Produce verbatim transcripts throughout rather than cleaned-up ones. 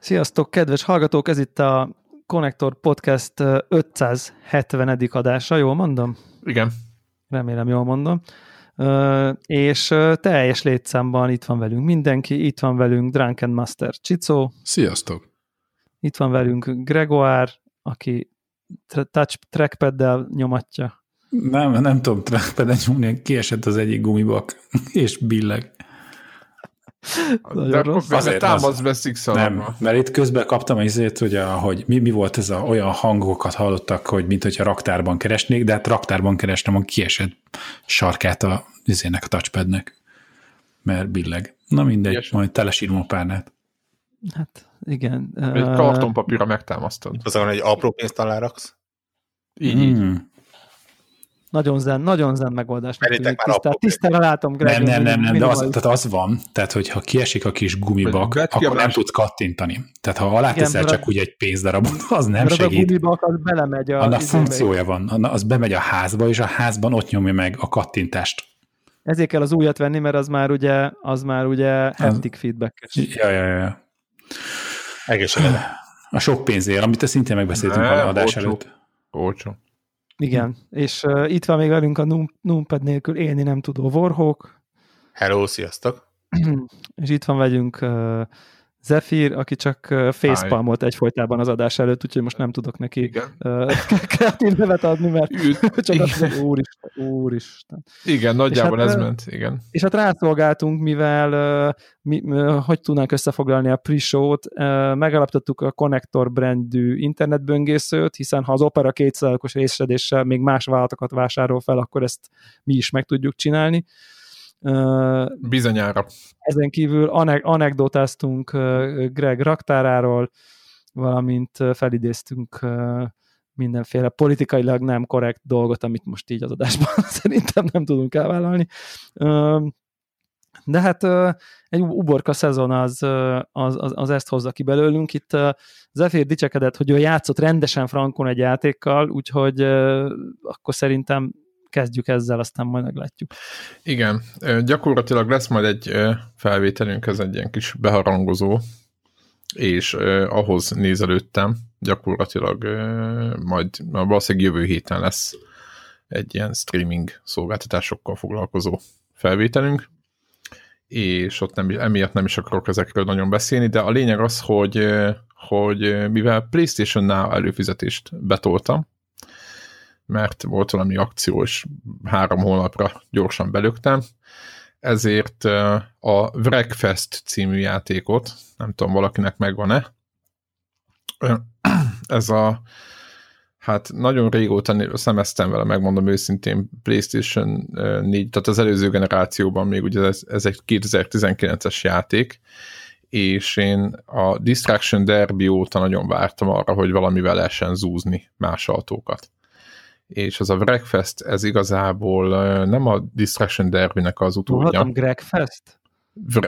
Sziasztok, kedves hallgatók! Ez itt a Konnektor Podcast ötszázhetvenedik adása, jól mondom? Igen. Remélem, jól mondom. És teljes létszámban itt van velünk mindenki, itt van velünk Drunken Master Csicó. Sziasztok! Itt van velünk Gregoire, aki touch trackpaddel nyomatja. Nem, nem tudom trackpaddel nyomni, kiesett az egyik gumibak, és billeg. De akkor azért támadsz be szikszalommal. Nem, mert itt közben kaptam azért, hogy, a, hogy mi, mi volt ez a, olyan hangokat hallottak, hogy mint hogyha raktárban keresnék, de hát raktárban kerestem a kiesett sarkát a, izének, a touchpadnek, mert billeg. Na mindegy, Ilyes. Majd telesírom a párnát. Hát igen. Egy kartonpapírra megtámasztod. Azon, hogy apró pénzt alá raksz? Így, így. Mm. Nagyon zen, nagyon zen megoldás. Tisztára tisztára látom, Greg. Nem, nem, nem, nem de az, tehát az van, tehát hogyha kiesik a kis gumibak, akkor nem tudsz kattintani. Tehát ha alá teszel csak úgy egy pénzdarabot, az nem segít. A gumibak az belemegy a... Annak funkciója van, az bemegy a házba, és a házban ott nyomja meg a kattintást. Ezért kell az újat venni, mert az már ugye, az már ugye haptic feedback-es. Ja, ja, ja. Egészségedre. A sok pénzért, amit te szintén megbeszéltünk a adás előtt. Olcsó. Igen, és uh, itt van még velünk a numpad nélkül élni nem tudó Warhawk. Hello, sziasztok! És itt van velünk uh, Zephyr, aki csak uh, facepalmolt egyfolytában az adás előtt, úgyhogy most nem tudok neki uh, kreatív nevet adni, mert csak azt mondom, úristen, úristen. Igen, nagyjából hát, ez ment, igen. És hát rászolgáltunk, mivel uh, mi, uh, hogy tudnánk összefoglalni a pre-show-t, uh, megalapítottuk a Konnektor brandű internetböngészőt, hiszen ha az Opera kétszázalékos részesedéssel még más vállalatokat vásárol fel, akkor ezt mi is meg tudjuk csinálni. Uh, Bizonyára. Ezen kívül anek- anekdotáztunk uh, Greg raktáráról, valamint uh, felidéztünk uh, mindenféle politikailag nem korrekt dolgot, amit most így az adásban szerintem nem tudunk elvállalni. Uh, de hát uh, egy uborka szezon az, uh, az, az, az ezt hozza ki belőlünk. Itt uh, Zephyr dicsekedett, hogy ő játszott rendesen frankon egy játékkal, úgyhogy uh, akkor szerintem kezdjük ezzel, aztán majd meglátjuk. Igen, gyakorlatilag lesz majd egy felvételünk, ez egy ilyen kis beharangozó, és ahhoz nézelődtem, gyakorlatilag majd valószínűleg jövő héten lesz egy ilyen streaming szolgáltatásokkal foglalkozó felvételünk, és ott nem, emiatt nem is akarok ezekről nagyon beszélni, de a lényeg az, hogy, hogy mivel PlayStation Now előfizetést betoltam, mert volt valami akció, és három hónapra gyorsan belöktem, ezért a Wreckfest című játékot, nem tudom, valakinek megvan-e, ez a, hát nagyon régóta szemeztem vele, megmondom őszintén, PlayStation négy, tehát az előző generációban még ugye ez, ez egy kétezer-tizenkilences játék, és én a Distraction Derby óta nagyon vártam arra, hogy valamivel lehessen zúzni más autókat. És az a Wreckfest, ez igazából nem a Distraction Derby-nek az utódja. Hallottam Gregfest? Vre...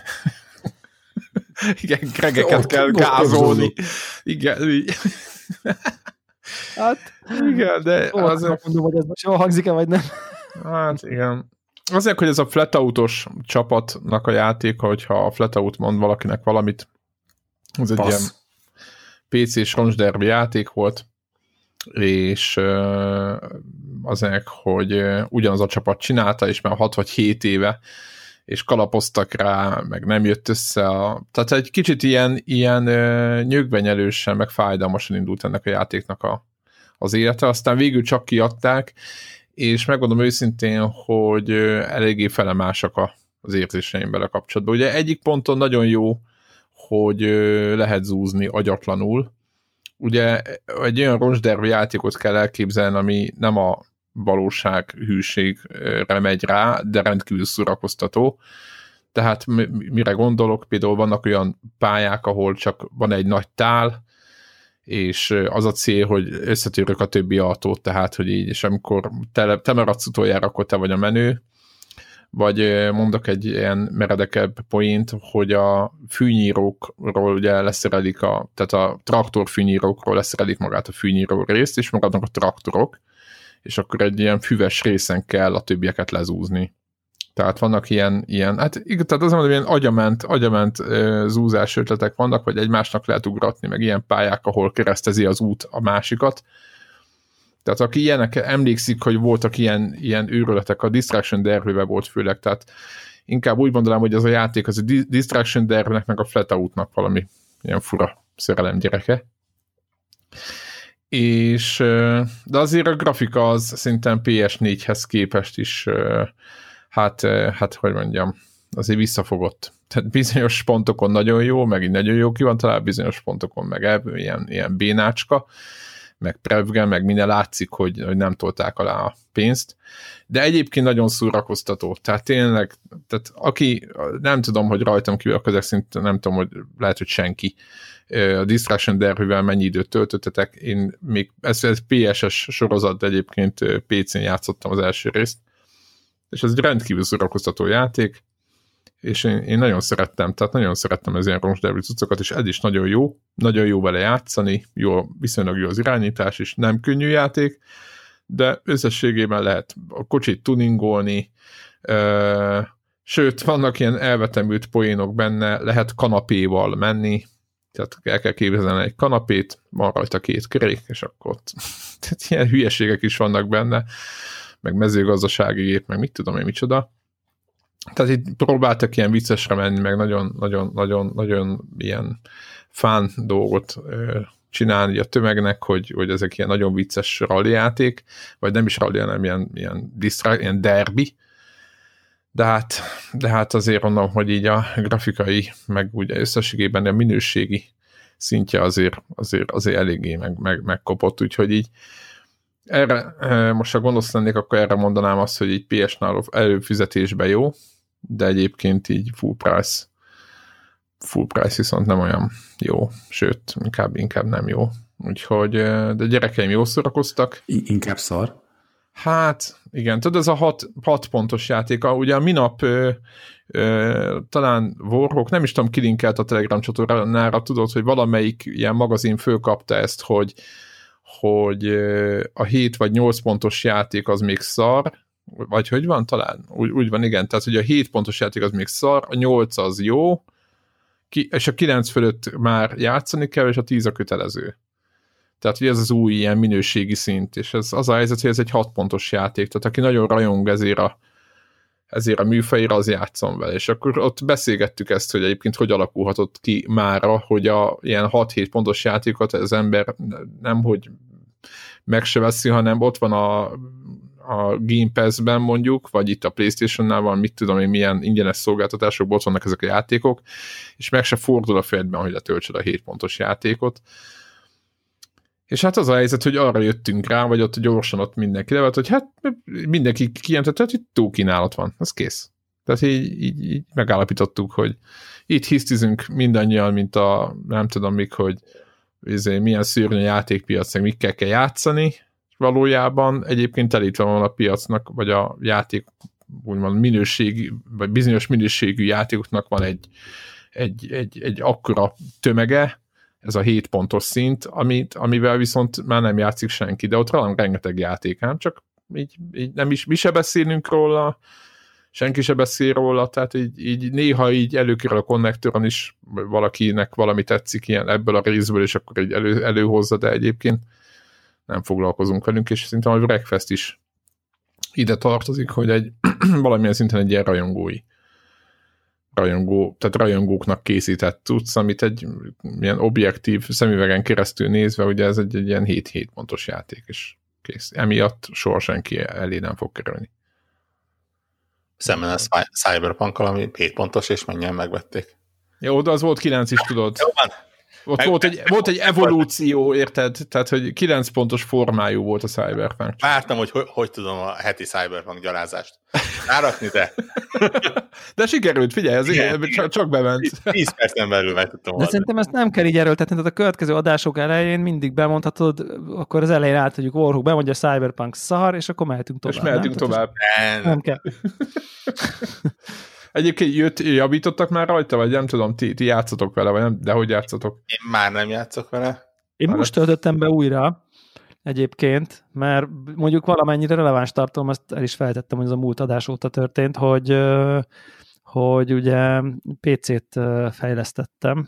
Igen, Gregeket kell gázolni. Igen, így. Hát, igen, de azért... mondom, hogy ez most jól hangzik-e, vagy nem? Hát, igen. Azért, hogy ez a Flatout-os csapatnak a játéka, hogyha a Flatout mond valakinek valamit, ez egy Passz. ilyen pé cés roncsderbi játék volt, és azért, hogy ugyanaz a csapat csinálta, és már hat vagy hét éve, és kalapoztak rá, meg nem jött össze. A... Tehát egy kicsit ilyen, ilyen nyögvenyelősen, meg fájdalmasan indult ennek a játéknak a, az élete, aztán végül csak kiadták, és megmondom őszintén, hogy eléggé felemásak a, az érzéseim bele kapcsolatban. Ugye egyik ponton nagyon jó, hogy lehet zúzni agyatlanul. Ugye egy olyan roncsderbi játékot kell elképzelni, ami nem a valóság hűségre megy rá, de rendkívül szórakoztató. Tehát mire gondolok, például vannak olyan pályák, ahol csak van egy nagy tál, és az a cél, hogy összetörök a többi autót, tehát, hogy így, és amikor te, te maradsz utoljára, akkor te vagy a menő, vagy mondok egy ilyen meredekebb point, hogy a fűnyírókról ugye leszerelik a, tehát a traktor fűnyírókról leszerelik magát a fűnyíró részt, és maradnak a traktorok, és akkor egy ilyen füves részen kell a többieket lezúzni. Tehát vannak ilyen, ilyen hát igaz, tehát azt mondom, ilyen agyament, agyament uh, zúzás ötletek vannak, vagy egymásnak lehet ugratni, meg ilyen pályák, ahol keresztezi az út a másikat. Tehát aki ilyenek emlékszik, hogy voltak ilyen, ilyen őrületek, a Distraction Derby-ben volt főleg, tehát inkább úgy mondanám, hogy ez a játék az a Distraction Derby-nek meg a Flatout-nak valami ilyen fura szerelem gyereke. És, de azért a grafika az szerintem pé es négyhez képest is, hát, hát hogy mondjam, azért visszafogott. Tehát bizonyos pontokon nagyon jó, meg így nagyon jó ki van talán, bizonyos pontokon meg ebből ilyen, ilyen bénácska, meg prevgen, meg minden látszik, hogy, hogy nem tolták alá a pénzt, de egyébként nagyon szórakoztató. Tehát tényleg, tehát aki, nem tudom, hogy rajtam kívül a közeg szint, nem tudom, hogy lehet, hogy senki. A Distraction Derby-vel mennyi időt töltöttetek. Én még, ez, ez pé es-es sorozat, de egyébként pé cén játszottam az első részt, és ez egy rendkívül szórakoztató játék, és én, én nagyon szerettem, tehát nagyon szerettem az ilyen roncsderű cuccokat, és ez is nagyon jó, nagyon jó vele játszani, jó, viszonylag jó az irányítás is, nem könnyű játék, de összességében lehet a kocsit tuningolni, ö, sőt, vannak ilyen elvetemült poénok benne, lehet kanapéval menni, tehát el kell képzelni egy kanapét, van rajta két kerék, és akkor ott tehát ilyen hülyeségek is vannak benne, meg mezőgazdasági gép, meg mit tudom én micsoda. Tehát itt próbáltak ilyen viccesre menni, meg nagyon-nagyon-nagyon ilyen fán dolgot ö, csinálni a tömegnek, hogy, hogy ezek ilyen nagyon vicces rally játék, vagy nem is rally, hanem ilyen, ilyen, disztra, ilyen derby. De hát, de hát azért mondom, hogy így a grafikai, meg ugye összességében a minőségi szintje azért, azért, azért eléggé meg, meg, megkopott, úgyhogy így erre, most ha gonosz lennék, akkor erre mondanám azt, hogy így pé es-nál előfizetésben jó, de egyébként így full price, full price viszont nem olyan jó, sőt, inkább, inkább nem jó. Úgyhogy, de gyerekeim jól szórakoztak. I- inkább szar. Hát, igen, tudod, ez a hat, hat pontos játék, ugye a minap ö, ö, talán Warhawk, nem is tudom, kilinkelt a Telegram csatornára, tudod, hogy valamelyik ilyen magazin fölkapta ezt, hogy, hogy ö, a hét vagy nyolc pontos játék az még szar, vagy hogy van talán? Úgy, úgy van, igen, tehát hogy a hét pontos játék az még szar, a nyolc az jó, ki, és a kilenc fölött már játszani kell, és a tíz a kötelező. Tehát, hogy ez az új ilyen minőségi szint, és ez az a helyzet, hogy ez egy hat pontos játék, tehát aki nagyon rajong ezért a, ezért a műfajra, az játszom vele, és akkor ott beszélgettük ezt, hogy egyébként hogy alakulhatott ki mára, hogy a ilyen hat-hét pontos játékot az ember nem, hogy meg se veszi, hanem ott van a, a Game Pass-ben mondjuk, vagy itt a PlayStation-nál van, mit tudom én, milyen ingyenes szolgáltatásokban ott vannak ezek a játékok, és meg se fordul a fejedben, hogy letöltsed a hét pontos játékot. És hát az a helyzet, hogy arra jöttünk rá, vagy ott gyorsan ott mindenki levet, hogy hát mindenki kijelentett, hogy túl kínálat van, az kész. Tehát így, így, így megállapítottuk, hogy itt hisztizünk mindannyian, mint a nem tudom még, hogy izé, milyen szörnyű játékpiac, meg mikkel kell játszani, valójában egyébként telítve van a piacnak, vagy a játék úgymond minőségi, vagy bizonyos minőségű játékoknak van egy, egy, egy, egy akkora tömege, ez a hét pontos szint, amit, amivel viszont már nem játszik senki, de ott van rengeteg játék, ám csak így, így nem is, mi se beszélünk róla, senki se beszél róla, tehát így, így néha így előkerül a konnektoron is valakinek valami tetszik ilyen ebből a részből, és akkor így elő, előhozza, de egyébként nem foglalkozunk velünk, és szerintem a Breakfast is ide tartozik, hogy egy valamilyen szinten egy ilyen rajongói rajongó, tehát rajongóknak készített tudsz, amit egy ilyen objektív szemüvegen keresztül nézve, ugye ez egy, egy ilyen hét-hét pontos játék, és kész. Emiatt soha senki elé nem fog kerülni. Szemben a Cyberpunk-kal, ami hét pontos, és mennyien megvették. Jó, de az volt kilenc is, tudod. Jó van. Ott meg, volt, egy, volt egy evolúció, érted? Tehát, hogy kilenc pontos formájú volt a Cyberpunk. Vártam, hogy hogy, hogy tudom a heti Cyberpunk gyalázást rárakni, de... De sikerült, figyelj, ez igen, igen, csak, csak bement. tíz percen belül meg tudtam. De szerintem ezt nem kell így erőltetni, tehát a következő adások elején mindig bemondhatod, akkor az elején átadjuk Warhawk, bemondja a Cyberpunk szar, és akkor mehetünk tovább. És mehetünk nem? tovább. Nem, nem kell. Egyébként jött, javítottak már rajta, vagy nem tudom, ti, ti játszotok vele, vagy nem, de hogy játszotok? Én már nem játszok vele. Én most töltöttem be újra, egyébként, mert mondjuk valamennyire releváns tartalom, azt el is feltettem, hogy ez a múlt adás óta történt, hogy, hogy ugye pé cét fejlesztettem.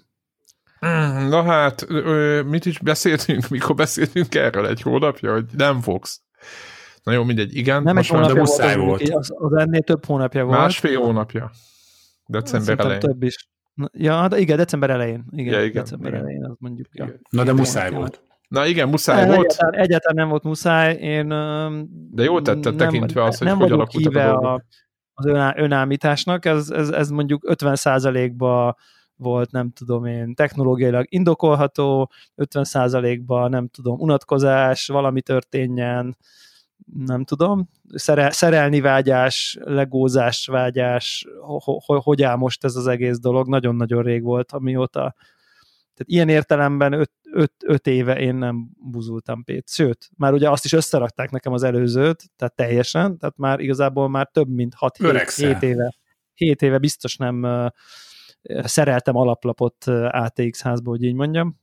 Na hát, mit is beszéltünk, mikor beszéltünk erről egy hónapja, hogy nem fogsz. Na jó, mindegy, igen. Nem most egy hónapja volt, az, volt, az, az ennél több hónapja volt. Másfél hónapja. December elején. Több is. Ja, de igen, december elején. Igen, ja, igen december igen. elején, az mondjuk. Ja. Na, de muszáj volt. Na igen, muszáj ne, volt. Egyáltalán, egyáltalán nem volt muszáj. Én, de jól tetted tekintve azt, hogy hogy alakultak a dolgok. A, az öná, önállításnak, ez, ez, ez mondjuk ötven százalékban volt, nem tudom én, technológiailag indokolható, ötven százalékban, nem tudom, unatkozás, valami történjen, nem tudom, Szere, szerelni vágyás, legózás vágyás, ho, ho, hogy áll most ez az egész dolog, nagyon-nagyon rég volt, amióta. Tehát ilyen értelemben öt, öt, öt éve én nem buzultam Pét. Sőt, már ugye azt is összerakták nekem az előzőt, tehát teljesen, tehát már igazából már több mint hat hét éve, hét éve biztos nem uh, szereltem alaplapot uh, á té iksz házba, hogy így mondjam.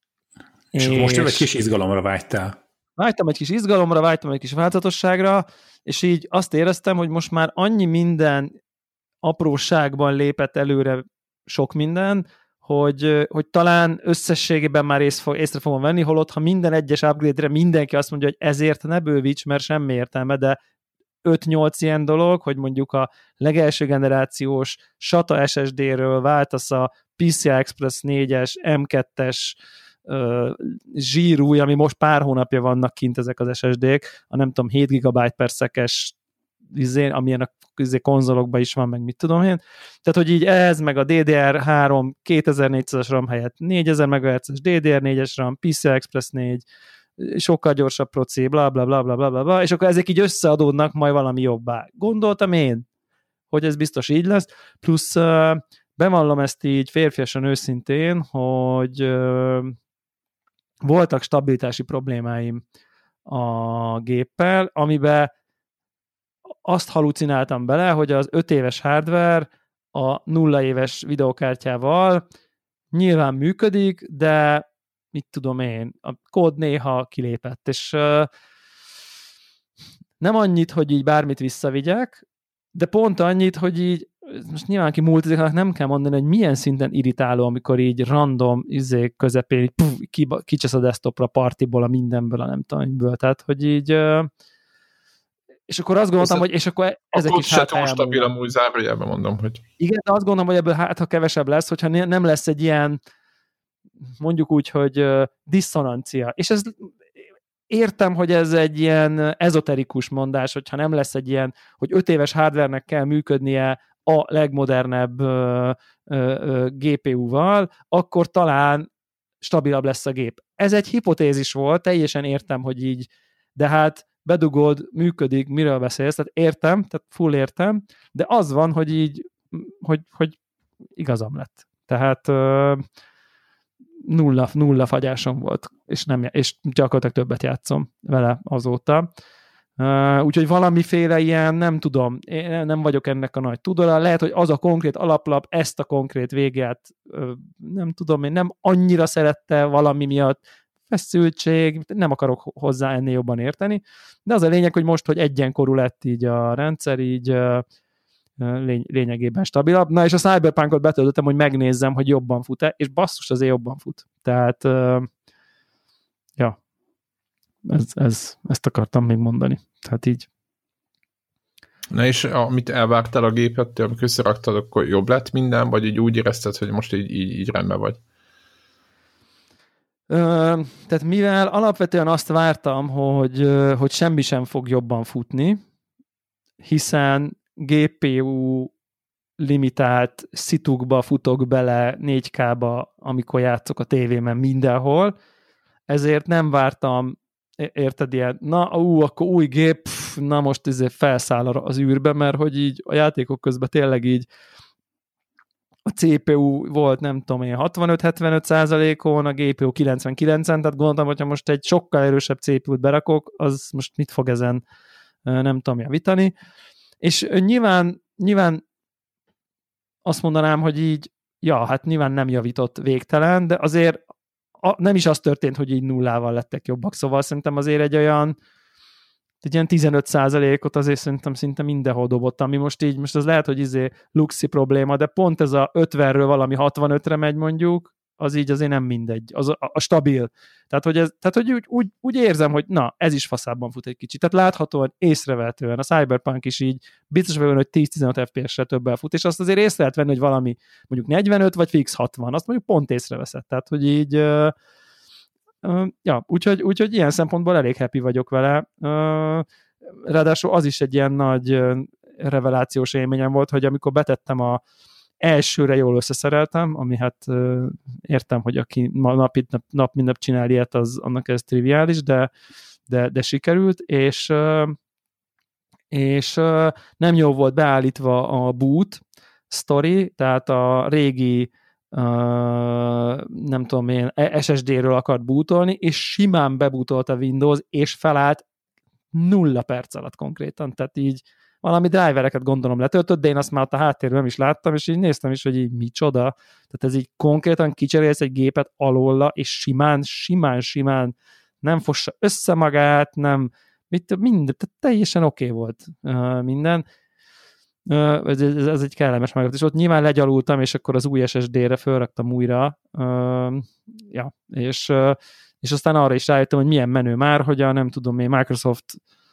És, és most egy kis izgalomra vágytál. Vágytam egy kis izgalomra, vágytam egy kis változatosságra, és így azt éreztem, hogy most már annyi minden apróságban lépett előre sok minden, hogy, hogy talán összességében már ész, észre fogom venni, holott ha minden egyes upgrade-re mindenki azt mondja, hogy ezért ne bővíts, mert semmi értelme, de öt-nyolc ilyen dolog, hogy mondjuk a legelső generációs SATA es es dé-ről váltasz a pé cé i Express négyes, em kettes uh, zsírúj, ami most pár hónapja vannak kint ezek az es es dé-k, a nem tudom, hét gigabyte per szekes izé, amilyen a izé, konzolokban is van, meg mit tudom én. Tehát, hogy így ez, meg a dé dé er három kétezer-négyszázas RAM helyett négyezer megahertzes dé dé er négyes RAM, pé cé i Express négy, sokkal gyorsabb proci, bla bla bla bla bla bla, és akkor ezek így összeadódnak majd valami jobbá. Gondoltam én, hogy ez biztos így lesz, plusz uh, bevallom ezt így férfiasan őszintén, hogy uh, voltak stabilitási problémáim a géppel, amiben azt halucináltam bele, hogy az öt éves hardware a nulla éves videokártyával nyilván működik, de mit tudom én, a kód néha kilépett, és uh, nem annyit, hogy így bármit visszavigyek, de pont annyit, hogy így most nyilván ki multizik, nem kell mondani, hogy milyen szinten irritáló, amikor így random izé közepén így puf, kicsesz a desktopra, partiból, a mindenből, a nem tudom, tehát hogy így uh, és akkor azt gondoltam, hogy és akkor ezek is hát elmúlnak. Stabil amúgy zárójelben mondom, hogy... Igen, de azt gondolom, hogy ebből hát, ha kevesebb lesz, hogyha nem lesz egy ilyen, mondjuk úgy, hogy uh, diszonancia. És ez értem, hogy ez egy ilyen ezoterikus mondás, hogyha nem lesz egy ilyen, hogy öt éves hardware-nek kell működnie a legmodernebb uh, uh, gé pé u-val, akkor talán stabilabb lesz a gép. Ez egy hipotézis volt, teljesen értem, hogy így, de hát bedugod, működik, miről beszélsz, tehát értem, tehát full értem, de az van, hogy így, hogy, hogy igazam lett. Tehát uh, nulla, nulla fagyásom volt, és, nem, és gyakorlatilag többet játszom vele azóta. Uh, úgyhogy valamiféle ilyen, nem tudom, én nem vagyok ennek a nagy tudóra, lehet, hogy az a konkrét alaplap ezt a konkrét végét, uh, nem tudom, én nem annyira szerette valami miatt, feszültség, nem akarok hozzá ennél jobban érteni, de az a lényeg, hogy most, hogy egyenkorú lett így a rendszer, így uh, lény- lényegében stabilabb. Na és a Cyberpunkot betöltöttem, hogy megnézzem, hogy jobban fut-e, és basszus azért jobban fut. Tehát uh, ja, ez, ez, ezt akartam még mondani. Tehát így. Na és amit elvágtál a gépet, amikor összeraktad, akkor jobb lett minden, vagy így úgy érezted, hogy most így, így, így rendben vagy? Ö, tehát mivel alapvetően azt vártam, hogy, hogy semmi sem fog jobban futni, hiszen gé pé u limitált szitukba futok bele négy ká-ba, amikor játszok a tévében mindenhol, ezért nem vártam, érted ilyen, na ú, akkor új gép, pff, na most ezért felszáll az űrbe, mert hogy így a játékok közben tényleg így a cé pé u volt, nem tudom én, hatvanöt-hetvenöt százalékon, a gé pé u kilencvenkilencen, tehát gondoltam, hogyha most egy sokkal erősebb cé pé u-t berakok, az most mit fog ezen, nem tudom javítani. És nyilván, nyilván azt mondanám, hogy így, ja, hát nyilván nem javított végtelen, de azért a, nem is az történt, hogy így nullával lettek jobbak, szóval szerintem azért egy olyan egy ilyen tizenöt százalékot azért szerintem szinte mindenhol dobott, ami most így, most az lehet, hogy izé luxi probléma, de pont ez a ötvenről valami hatvanötre megy mondjuk, az így azért nem mindegy, az a, a stabil. Tehát, hogy, ez, tehát, hogy úgy, úgy, úgy érzem, hogy na, ez is faszában fut egy kicsit. Tehát láthatóan, észrevehetően a Cyberpunk is így biztos vagyok, hogy tíz-tizenöt ef pé es-re többel fut, és azt azért észre lehet venni, hogy valami mondjuk negyvenöt vagy fix hatvan, azt mondjuk pont észreveszed. Tehát, hogy így uh, uh, ja, úgyhogy, úgyhogy ilyen szempontból elég happy vagyok vele. Uh, ráadásul az is egy ilyen nagy uh, revelációs élményem volt, hogy amikor betettem a elsőre jól összeszereltem, ami hát uh, értem, hogy aki nap, nap, nap mint nap csinál ilyet, az, annak ez triviális, de, de, de sikerült, és, uh, és uh, nem jó volt beállítva a boot story, tehát a régi uh, nem tudom én, es es dé-ről akart bootolni, és simán bebootolt a Windows, és felállt nulla perc alatt konkrétan, tehát így valami drivereket gondolom letöltött, de én azt már ott a háttérben nem is láttam, és így néztem is, hogy így micsoda. Tehát ez így konkrétan kicserélsz egy gépet alóla, és simán, simán, simán nem fossa össze magát, nem, mit, minden, tehát teljesen oké okay volt uh, minden. Uh, ez, ez, ez egy kellemes megoldás. És ott nyilván legyalultam, és akkor az új es es dé-re fölraktam újra. Uh, ja, és, uh, és aztán arra is rájöttem, hogy milyen menő már, hogy a nem tudom én, Microsoft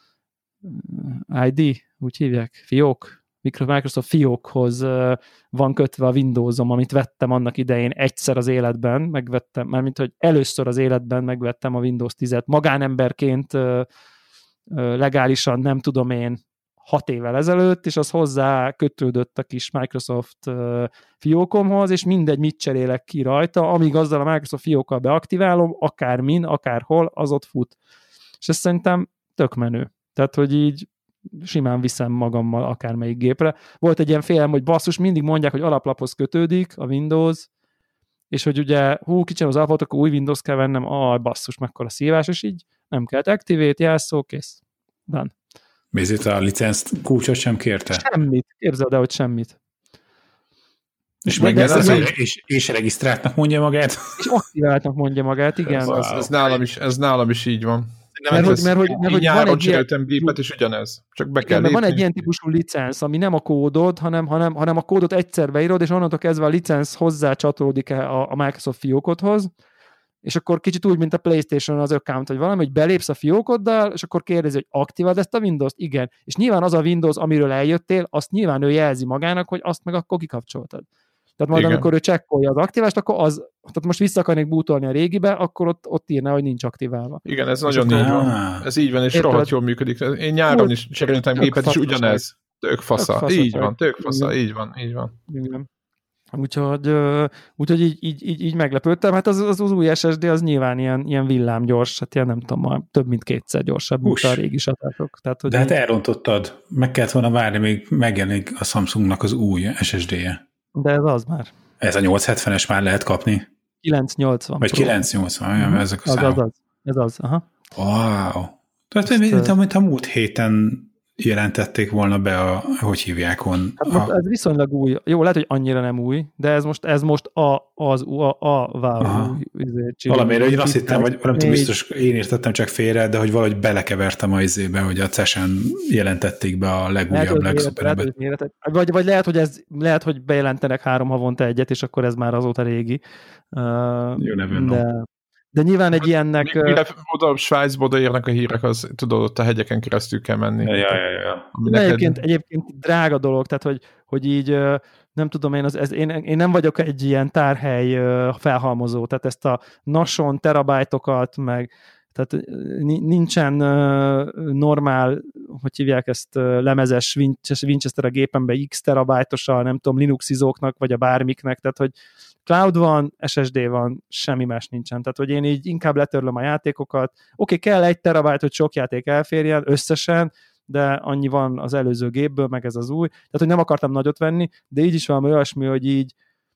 i dé, úgy hívják, fiók, Microsoft fiókhoz van kötve a Windowsom, amit vettem annak idején egyszer az életben, megvettem, mármint, hogy először az életben megvettem a Windows tízet magánemberként legálisan, nem tudom én, hat évvel ezelőtt, és az hozzá kötődött a kis Microsoft fiókomhoz, és mindegy, mit cserélek ki rajta, amíg azzal a Microsoft fiókkal beaktiválom, akármin, akárhol, az ott fut. És ez szerintem tök menő. Tehát, hogy így simán viszem magammal akármelyik gépre. Volt egy ilyen félelem, hogy basszus, mindig mondják, hogy alaplaphoz kötődik a Windows, és hogy ugye, hú, kicsim az alapot, akkor új Windows kell vennem, ah, basszus, mekkora szívás, és így nem kellett activate, jelszó, kész. Done. Mézít a licenzt kulcsot sem kérte? Semmit. Képzeld el, hogy semmit. És, meg ez az, és, és, és regisztráltnak mondja magát? És aktiváltnak mondja magát, igen. Ez, ez, ez, nálam, is, ez nálam is így van. Nem, mert, hogy, mert, hogy, mert, hogy nyáron van egy cseréltem ilyen... gépet, és ugyanez. Csak be kell igen, lépni. Van egy ilyen típusú licensz, ami nem a kódod, hanem, hanem, hanem a kódot egyszer beírod, és onnantól kezdve a licensz hozzá csatolódik a, a Microsoft fiókodhoz, és akkor kicsit úgy, mint a PlayStation az account, vagy valami, hogy belépsz a fiókoddal, és akkor kérdezi, hogy aktiváld ezt a Windows-t? Igen. És nyilván az a Windows, amiről eljöttél, azt nyilván ő jelzi magának, hogy azt meg akkor kikapcsoltad. Tehát majd, igen, amikor ő csekkolja az aktivást, akkor az, tehát most vissza akarnék bootolni a régibe, akkor ott, ott írna, hogy nincs aktiválva. Igen, ez nagyon így van. Ez így van, és érted? Rohadt jól működik. Én nyáron is cseréltem gépet, és ugyanez. Tök fasza. Tök így van, tök fasza. Így van, így van. Igen. Úgyhogy, úgyhogy így, így, így, így meglepődtem. Hát az, az, az új es es dé az nyilván ilyen, ilyen villámgyors, hát ilyen nem tudom, már több mint kétszer gyorsabb, mint a régi satárok. Tehát, hogy de hát így... elrontottad. Meg kellett volna várni, még megjelenik a Samsungnak az új es es dé-je. De ez az már. Ez a nyolcszázhetvenes már lehet kapni? kilencszáznyolcvan. Vagy kilencszáznyolcvan, olyan, ezek a az, számok. az, az, ez az, aha. Wow. Tehát, Ezt, mint, amit a múlt héten jelentették volna be a, hogy hívják on. Hát most a... ez viszonylag új. Jó, lehet, hogy annyira nem új, de ez most, ez most a, az a, a wow. Valamire, hogy azt hittem, vagy nem tudom, biztos én értettem csak félre, de hogy valahogy belekevertem a izébe, hogy a cé-sen jelentették be a legújabb, legszuperebbet. Vagy, vagy lehet, hogy ez, lehet, hogy bejelentenek három havonta egyet, és akkor ez már azóta régi. Uh, Jó nevén, de... no. De nyilván egy ilyennek... Mire oda Svájcba odaérnek a hírek, az tudod, ott a hegyeken keresztül kell menni. Ja, ja, ja, ja. Neked... Egyébként, egyébként drága dolog, tehát hogy, hogy így nem tudom én, az, ez, én, én nem vagyok egy ilyen tárhely felhalmozó, tehát ezt a nason terabájtokat, meg tehát nincsen normál, hogy hívják ezt, lemezes Winchester a gépembe X terabájtosa, nem tudom, Linuxizóknak, vagy a bármiknek, tehát hogy cloud van, es es dé van, semmi más nincsen. Tehát, hogy én így inkább letörlöm a játékokat. Oké, okay, kell egy terabájt, hogy sok játék elférjen összesen, de annyi van az előző gépből, meg ez az új. Tehát, hogy nem akartam nagyot venni, de így is valami olyasmi, hogy így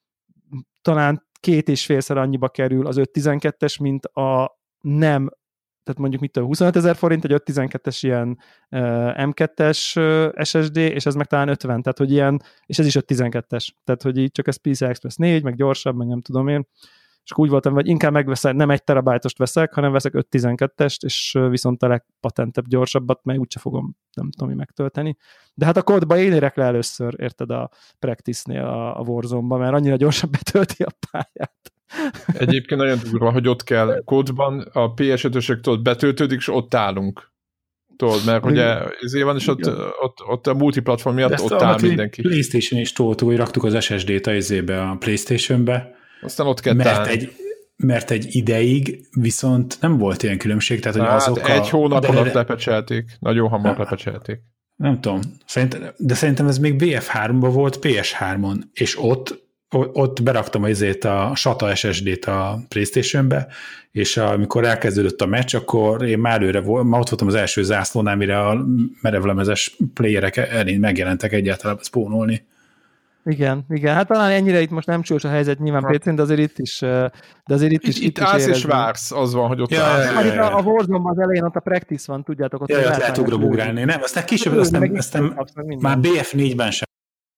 talán két és félszer annyiba kerül az öt tizenkettes, mint a nem, tehát mondjuk mit tudom, huszonöt ezer forint, egy öt tizenkettes ilyen uh, em kettes uh, es es dé, és ez meg talán ötven, tehát hogy ilyen, és ez is öt tizenkettes, tehát hogy így csak ez pé cé i Express négy, meg gyorsabb, meg nem tudom én, és úgy voltam, hogy inkább megveszek, nem egy terabájtost veszek, hanem veszek öt tizenkettest, és viszont a legpatentebb, gyorsabbat, meg úgyse fogom, nem tudom, mi megtölteni. De hát a kódba én érek le először, érted, a practice-nél a, a Warzone-ba, mert annyira gyorsan betölti a pályát. Egyébként nagyon durva, hogy ott kell kódban, a pé es ötösök tudod, betöltődik, és ott állunk. Tudod, mert ugye ezért van, és ott, ott, ott a multiplatform miatt ott áll mindenki. PlayStation is toltuk, hogy raktuk az es es dét a izébe, a PlayStation-be. Aztán ott kell mert egy, mert egy ideig viszont nem volt ilyen különbség, tehát hogy hát azok egy a, hónap de, alatt de, lepecselték. Nagyon hamar lepecselték. Nem tudom. Szerintem, de szerintem ez még bé ef háromban volt pé es hármon, és ott ott beraktam azért a SATA es es dét a PlayStation-be, és amikor elkezdődött a meccs, akkor én már előre volt, már ott voltam az első zászlónál, mire a merevlemezes playerek elén megjelentek egyáltalán spónolni. Igen, igen. Hát talán ennyire itt most nem csúcs a helyzet nyilván pé cén, de azért itt is de azért itt is Itt, itt, itt állsz és vársz, az van, hogy ott ja, állsz. Ja, ja, ja. A, a Warzone-ban az elején ott a practice van, tudjátok, ott ja, ja, lehet ugrani. Nem, aztán később, aztán, aztán már bé ef négyben sem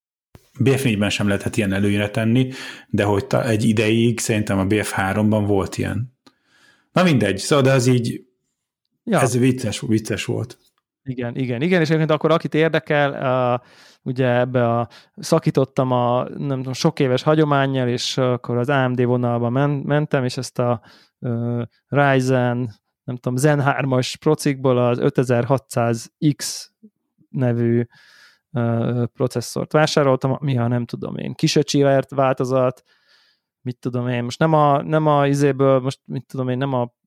bé ef négyben sem lehetett ilyen előnyre tenni, de hogy ta, egy ideig szerintem a bé ef háromban volt ilyen. Na mindegy, szóval de az így ja. Ez vicces, vicces volt. Igen, igen, igen, és egyébként akkor akit érdekel, uh, ugye ebbe a, szakítottam a nem tudom, sok éves hagyománnyal, és akkor az á em dé vonalba men, mentem, és ezt a uh, Ryzen, nem tudom, Zen hármas procikból az ötezer-hatszáz X nevű uh, processzort vásároltam, mi ha nem tudom én, kisöcsivert változat, mit tudom én, most nem a, nem a izéből, most mit tudom én, nem a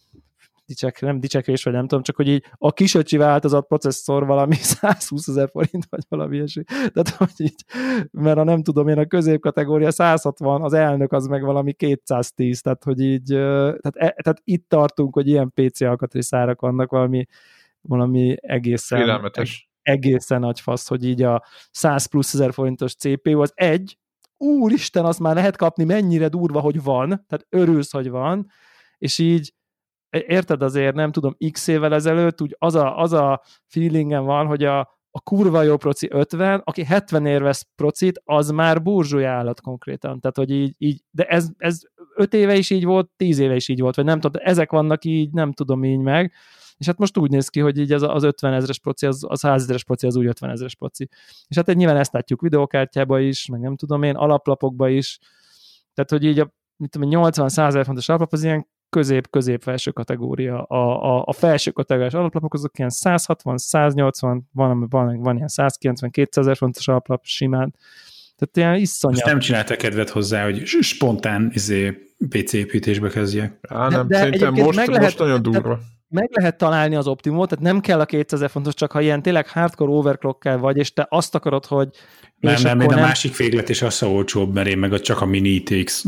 dicsek, nem dicsekvés, vagy nem tudom, csak hogy így a kisöcsi változat processzor valami százhúszezer forint, vagy valami ilyesmi. Tehát, hogy így, mert a nem tudom én, a középkategória száz hatvan, az elnök az meg valami kétszáztíz, tehát, hogy így, tehát, tehát itt tartunk, hogy ilyen pé cé alkatrészárak vannak, valami, valami egészen, Félelmetes. egészen nagy fasz, hogy így a száz plusz ezer forintos cé pé u az egy, úristen, azt már lehet kapni, mennyire durva, hogy van, tehát örülsz, hogy van, és így érted azért, nem tudom, x évvel ezelőtt, úgy az a, az a feelingem van, hogy a, a kurva jó proci ötven, aki hetven ér vesz procit, az már burzsúly állat konkrétan. Tehát, hogy így, így de ez, ez öt éve is így volt, tíz éve is így volt, vagy nem tudom, ezek vannak így, nem tudom így meg, és hát most úgy néz ki, hogy így az, az ötven ezres proci, az, az száz ezres proci, az úgy ötven ezres proci. És hát nyilván ezt látjuk videókártyába is, meg nem tudom én, alaplapokba is, tehát, hogy így a mit tudom, nyolcvan-száz ezer fontos alaplap az ilyen közép-közép-felső kategória. A, a, a felső kategóriás alaplapok azok ilyen száz hatvan, száz nyolcvan, van, van, van ilyen száz kilencven, kétszáz fontos alaplap simán. Tehát ilyen iszonyat. Most nem csinálta kedvet hozzá, hogy spontán izé, pé cé építésbe kezdjek. Á, nem, de, de szerintem most, meg lehet, most nagyon durva. Meg lehet találni az optimumot, tehát nem kell a kétszáz fontos, csak ha ilyen tényleg hardcore overclock-kel vagy, és te azt akarod, hogy nem, nem, én nem... a másik véglet is az olcsóbb, mert én meg csak a mini i té iksz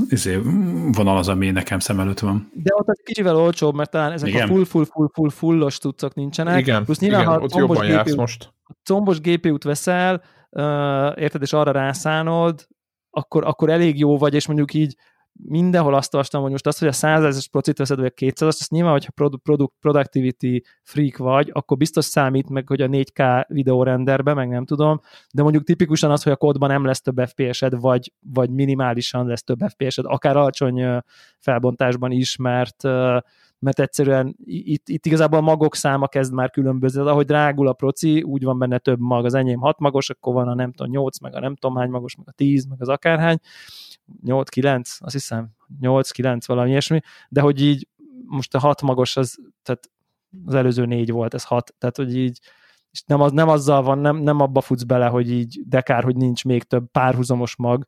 vonal az, ami nekem szem előtt van. De ott az kicsivel olcsóbb, mert talán ezek igen. a full, full, full, full, fullos tudcok nincsenek. Igen, plusz nyilván, igen ha ott jobban jársz gé pé u, most. Ha combos gé pé út veszel, uh, érted, és arra rászánod, akkor, akkor elég jó vagy, és mondjuk így mindenhol azt olvastam, hogy most az, hogy a százezres procit veszed, vagy a kétszázas, azt nyilván, hogyha product, productivity freak vagy, akkor biztos számít meg, hogy a négy ká videórenderbe, meg nem tudom, de mondjuk tipikusan az, hogy a kódban nem lesz több ef pé es-ed, vagy, vagy minimálisan lesz több ef pé es-ed, akár alacsony felbontásban is, mert, mert egyszerűen itt, itt igazából a magok száma kezd már különbözni, de ahogy drágul a proci, úgy van benne több mag, az enyém hat magos, akkor van a nem tudom nyolc, meg a nem tudom hány magos, meg a tíz, meg az akárhány, nyolc kilenc, azt hiszem, nyolc kilenc valami ilyesmi, de hogy így most a hat magos, az, tehát az előző négy volt, ez hat, tehát hogy így, és nem, az, nem azzal van, nem, nem abba futsz bele, hogy így, de kár, hogy nincs még több párhuzamos mag,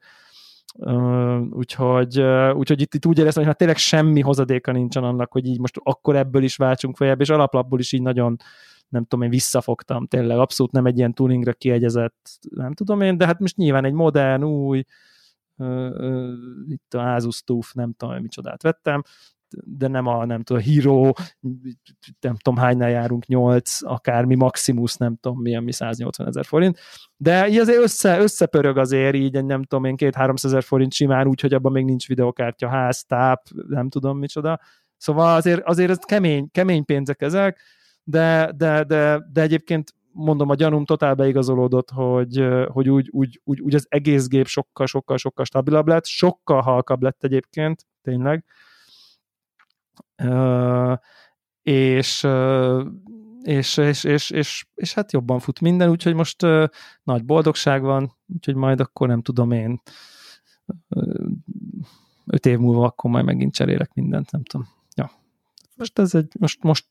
uh, úgyhogy, uh, úgyhogy itt, itt úgy éreztem, hogy hát tényleg semmi hozadéka nincsen annak, hogy így most akkor ebből is váltsunk feljebb, és alaplapból is így nagyon, nem tudom én, visszafogtam, tényleg abszolút nem egy ilyen tuningra kiegyezett, nem tudom én, de hát most nyilván egy modern, új, Uh, uh, itt a Asus TUF, nem tudom, micsodát vettem, de nem a, nem tudom, a Hero, nem tudom, hánynál járunk, nyolc, akármi, Maximus, nem tudom, milyen, mi száznyolcvan ezer forint, de így azért össze, összepörög azért így, nem tudom én, két-háromszázezer forint simán, úgyhogy abban még nincs videokártya, ház, táp, nem tudom micsoda, szóval azért, azért ez kemény, kemény pénzek ezek, de, de, de, de egyébként mondom, a gyanúm totál beigazolódott, hogy, hogy úgy, úgy, úgy, úgy az egész gép sokkal, sokkal, sokkal stabilabb lett, sokkal halkabb lett egyébként, tényleg. Uh, és, uh, és, és, és, és, és hát jobban fut minden, úgyhogy most uh, nagy boldogság van, úgyhogy majd akkor nem tudom én uh, öt év múlva akkor majd megint cserélek mindent, nem tudom. Ja. Most ez egy, most, most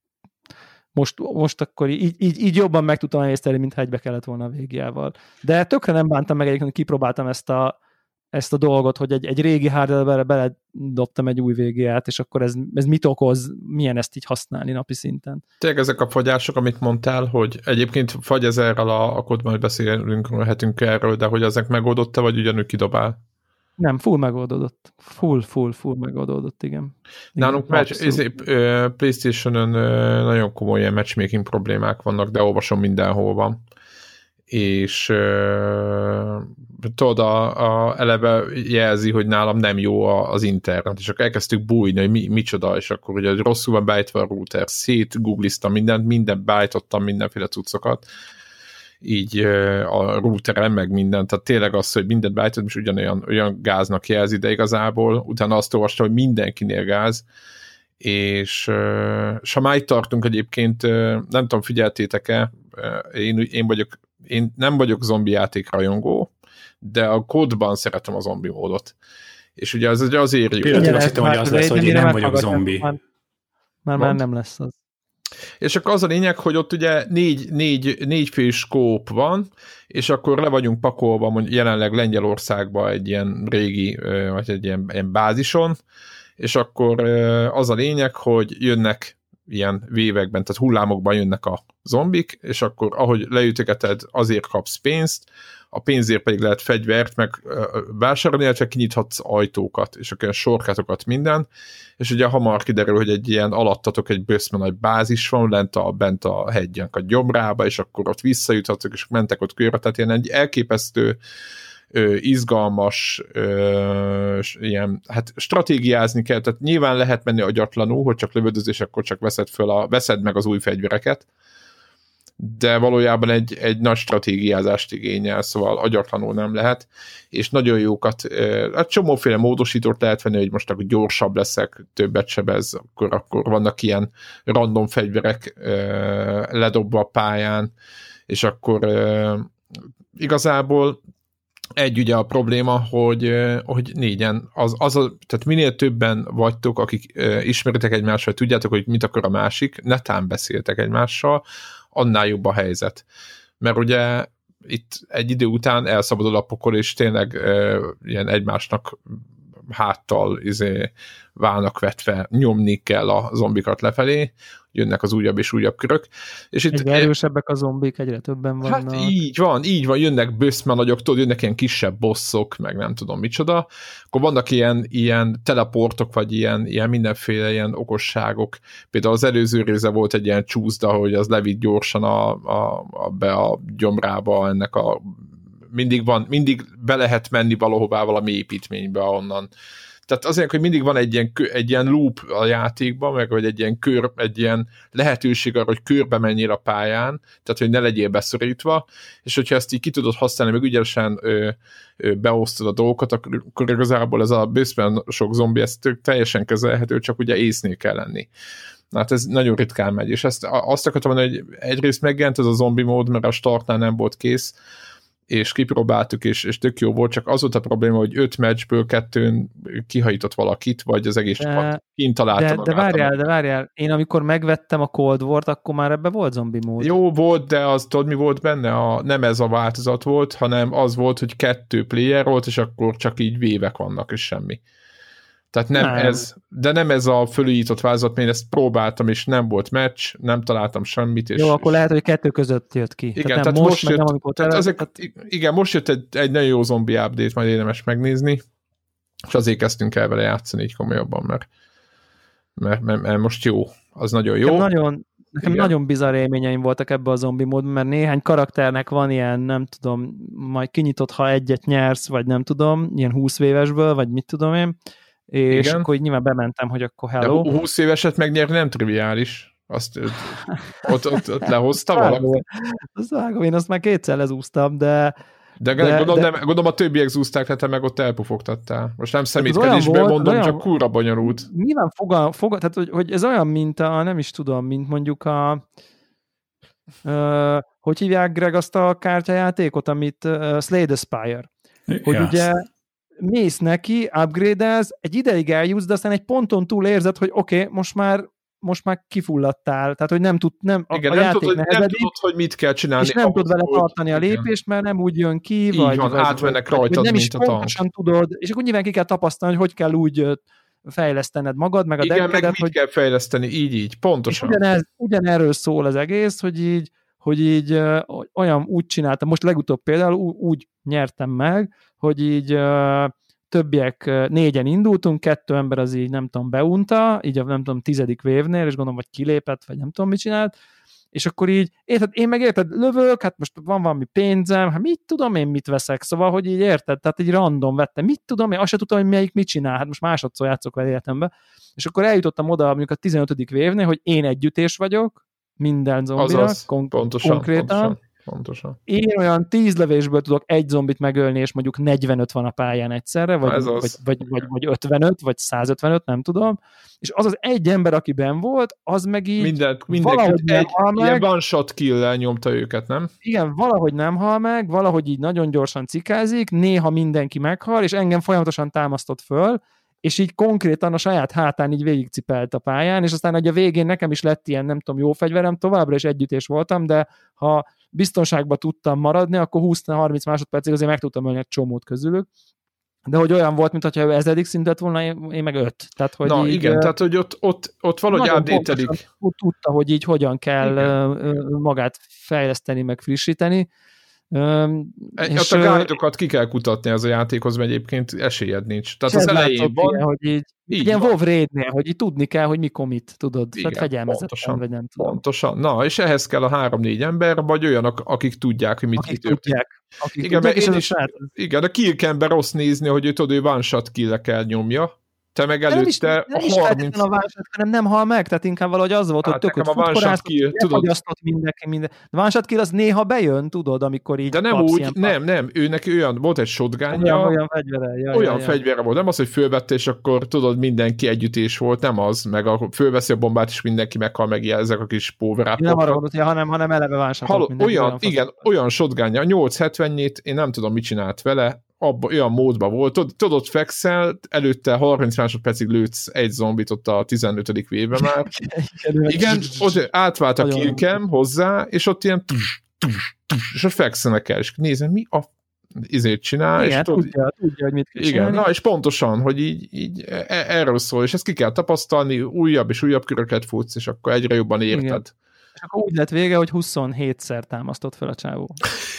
Most, most akkor így, így, így jobban meg tudtam emészteni, mintha egybe kellett volna a végiával. De tökre nem bántam meg egyébként, hogy kipróbáltam ezt a, ezt a dolgot, hogy egy, egy régi hardware-be beledobtam egy új végét, és akkor ez, ez mit okoz, milyen ezt így használni napi szinten. Tényleg ezek a fagyások, amit mondtál, hogy egyébként fagy ezerrel a, a kódban, hogy beszélünk, lehetünk erről, de hogy ezek megoldotta, vagy ugyanúgy kidobál? Nem, full megoldódott. Full, full, full megoldódott, igen. Nálunk match, ezért, uh, PlayStation-ön uh, nagyon komoly ilyen matchmaking problémák vannak, de olvasom mindenhol van. És uh, tudod, a, a eleve jelzi, hogy nálam nem jó az internet, és akkor elkezdtük bújni, hogy mi, micsoda, és akkor ugye rosszul van beállítva a router, szét googliztam mindent, mindent beállítottam, mindenféle cuccokat, így a routeren, meg mindent, tehát tényleg az, hogy mindent beállított, és ugyanolyan olyan gáznak jelzi, de igazából utána azt olvastam, hogy mindenkinél gáz, és, és ha már itt tartunk egyébként, nem tudom, figyeltétek-e, én, én, vagyok, én nem vagyok zombi játék rajongó, de a kódban szeretem a zombi módot. És ugye az azért jó. Például azt hittem, hogy az lesz, hogy én nem vagyok zombi. Már, már, már nem lesz az. És akkor az a lényeg, hogy ott ugye négy, négy, négy fős kóp van, és akkor le vagyunk pakolva mondjuk jelenleg Lengyelországban egy ilyen régi, vagy egy ilyen, ilyen bázison, és akkor az a lényeg, hogy jönnek ilyen vévekben, tehát hullámokban jönnek a zombik, és akkor ahogy leütögeted, azért kapsz pénzt, a pénzért pedig lehet fegyvert, meg vásárolni, illetve kinyithatsz ajtókat, és akkor sorkátokat, minden, és ugye hamar kiderül, hogy egy ilyen alattatok egy bőszme nagy bázis van, lent a, bent a hegyenk a gyomrába, és akkor ott visszajuthatok, és mentek ott körre, tehát ilyen egy elképesztő Ö, izgalmas ö, ilyen, hát stratégiázni kell, tehát nyilván lehet menni agyatlanul, hogy csak lövöldözés, akkor csak veszed, föl a, veszed meg az új fegyvereket, de valójában egy, egy nagy stratégiázást igényel, szóval agyatlanul nem lehet, és nagyon jókat, hát csomóféle módosítót lehet venni, hogy most akkor gyorsabb leszek, többet sebez, akkor, akkor vannak ilyen random fegyverek ledobva a pályán, és akkor igazából egy ugye a probléma, hogy, hogy négyen, az, az a, tehát minél többen vagytok, akik ismeritek egymást, vagy tudjátok, hogy mit akar a másik, netán beszéltek egymással, annál jobb a helyzet. Mert ugye itt egy idő után elszabadul a pokol, és tényleg e, ilyen egymásnak háttal izé, válnak vetve, nyomni kell a zombikat lefelé, jönnek az újabb és újabb körök. És itt egyre erősebbek a zombik, egyre többen vannak. Hát így van, így van, jönnek böszme nagyok, tudod, jönnek ilyen kisebb bosszok, meg nem tudom micsoda. Akkor vannak ilyen, ilyen teleportok, vagy ilyen, ilyen mindenféle ilyen okosságok. Például az előző része volt egy ilyen csúszda, hogy az levitt gyorsan a, a, a, be a gyomrába ennek a mindig van, mindig be lehet menni valahová valami építménybe onnan. Tehát azért, hogy mindig van egy ilyen, egy ilyen loop a játékban, meg vagy egy ilyen, kör, egy ilyen lehetőség arra, hogy körbe menjél a pályán, tehát hogy ne legyél beszorítva, és hogyha ezt így ki tudod használni, meg ügyesen ö, ö, beosztod a dolgokat, akkor, akkor igazából ez a bőszben sok zombi, ez teljesen kezelhető, csak ugye észnél kell lenni. Hát ez nagyon ritkán megy, és ezt, azt akartam mondani, hogy egyrészt megjelent ez a zombi mód, mert a startnál nem volt kész, és kipróbáltuk, és, és tök jó volt, csak az volt a probléma, hogy öt meccsből kettőn kihajított valakit, vagy az egész csapat kint találta de, de várjál, de várjál, én amikor megvettem a Cold War-t, akkor már ebben volt zombi mód. Jó volt, de az tudod, mi volt benne? A, nem ez a változat volt, hanem az volt, hogy kettő player volt, és akkor csak így vévek vannak, és semmi. Tehát nem, nem ez, de nem ez a fölújított változat, mert én ezt próbáltam, és nem volt meccs, nem találtam semmit. És, jó, akkor és... lehet, hogy kettő között jött ki. Igen, tehát, tehát most, most jött, nem, amikor tehát tehát... ezek, igen, most jött egy, egy nagyon jó zombi update, majd érdemes megnézni, és azért kezdtünk el vele játszani így komolyabban, mert, mert, mert, mert most jó, az nagyon jó. Nekem nagyon, nekem nagyon bizarr élményeim voltak ebbe a zombi módban, mert néhány karakternek van ilyen, nem tudom, majd kinyitott, ha egyet nyersz, vagy nem tudom, ilyen húsz évesből, vagy mit tudom én, és igen. Akkor így nyilván bementem, hogy akkor hello. De húsz éveset megnyerni nem triviális. Azt ott, ott, ott lehozta valaki? Azt vágom, én azt már kétszer lezúztam, de De, de, gondolom, de... Nem, gondolom a többiek zúzták, tehát te meg ott elpufogtattál. Most nem szemétkedésből mondom, olyan, csak kurva bonyolult. Nyilván fogal, fogal, tehát hogy, hogy ez olyan, mint a, nem is tudom, mint mondjuk a uh, hogy hívják, Greg, azt a kártyajátékot, amit uh, Slay the Spire. Hogy yes. ugye mész neki, upgrade-elsz, egy ideig eljutsz, de aztán egy ponton túl érzed, hogy oké, okay, most már most már kifulladtál, tehát hogy nem tud, nem, igen, a nem játék tudod, nehezedik, nem tudod, hogy mit kell csinálni. És nem tudod vele tartani a lépést, mert nem úgy jön ki, így vagy, van, vagy átmennek vagy, rajtad, nem mint is a tank. pontosan tudod, és akkor nyilván ki kell tapasztalni, hogy hogy kell úgy fejlesztened magad, meg a igen, dekkedet, meg mit hogy kell fejleszteni, így, így, pontosan. Ugyanez, ugyanerről szól az egész, hogy így, hogy így uh, olyan úgy csináltam, most legutóbb például úgy, úgy nyertem meg, hogy így uh, többiek négyen indultunk, kettő ember az így nem tudom, beunta, így a nem tudom, tizedik vévnél, és gondolom, vagy kilépett, vagy nem tudom, mit csinált, és akkor így, érted, én meg érted, lövök, hát most van valami pénzem, hát mit tudom én, mit veszek, szóval, hogy így érted, tehát egy random vettem, mit tudom én, azt se tudtam, hogy melyik mit csinál, hát most másodszor játszok vele életemben, és akkor eljutottam oda mondjuk a tizenötödik vévnél, hogy én együttés vagyok, minden zombira, kon- pontosan, konkrétan, pontosan. Pontosan. Én olyan tíz lövésből tudok egy zombit megölni, és mondjuk negyvenöt van a pályán egyszerre, vagy, vagy, vagy, vagy, vagy ötvenöt, vagy százötvenöt, nem tudom. És az az egy ember, aki benn volt, az meg így Mindent, valahogy nem hal meg. Ilyen one-shot kill-lel nyomta őket, nem? Igen, valahogy nem hal meg, valahogy így nagyon gyorsan cikázik, néha mindenki meghal, és engem folyamatosan támasztott föl, és így konkrétan a saját hátán így végigcipelt a pályán, és aztán hogy a végén nekem is lett ilyen, nem tudom, jó fegyverem, továbbra is együttés voltam, de ha biztonságban tudtam maradni, akkor húsz-harminc másodpercig azért meg tudtam ölni egy csomót közülük, de hogy olyan volt, mintha ő ezedik szintet volna, én meg öt. Tehát, hogy Na így, igen, tehát hogy ott, ott, ott valahogy update-elik. Tudta, hogy így hogyan kell igen. magát fejleszteni, meg frissíteni. Um, és a guide-okat ki kell kutatni ez a játékhoz, mert egyébként esélyed nincs. Tehát az elején van... Ilyen, hogy így, így ilyen WoW Raid-nél, hogy így tudni kell, hogy mikor mit, tudod. Igen, tehát fegyelmezetten, vagy nem tudom. Pontosan. Na, és ehhez kell a három-négy ember, vagy olyanok, akik tudják, hogy mit akik mit tudják. Akik igen, tudják, és és is, igen, a kill-camben rossz nézni, hogy ő tudod, ő one-shot kill-ekkel nyomja. Te meg előtte is, nem a is harminc... a válság, hanem nem hal meg, tehát inkább valahogy az volt, hogy tök, hogy futkoráztott, lefagyasztott mindenki, minden. De one-shot kill az néha bejön, tudod, amikor így de nem úgy, nem, nem, ő neki olyan, volt egy shotgunja, olyan, olyan fegyvere, ja, olyan ja, fegyvere volt, nem az, hogy fölvette, és akkor tudod, mindenki együttés volt, nem az, meg a fölveszi a bombát, és mindenki meghal meg ilyen, ezek a kis power-upok. Nem arra mondott, hanem, hanem eleve one-shotot. Olyan, olyan igen, olyan shotgunja, nyolc hetvennyit, én nem tudom, mit csinált vele, abba, olyan módban volt, tudod, tudod fekszel, előtte harminc másodpercig lőtsz egy zombit ott a tizenötödik véve már. Igen, ott átvált a killcam hozzá, és ott ilyen és ott fekszenek el, és nézem, mi a izét csinál. Igen, és tudod, tudja, tudja, hogy mit kell igen, csinálni. na, és pontosan, hogy így, így erről szól, és ezt ki kell tapasztalni, újabb és újabb köröket futsz, és akkor egyre jobban érted. Igen. És akkor úgy lett vége, hogy huszonhétszer támasztott fel a csávó.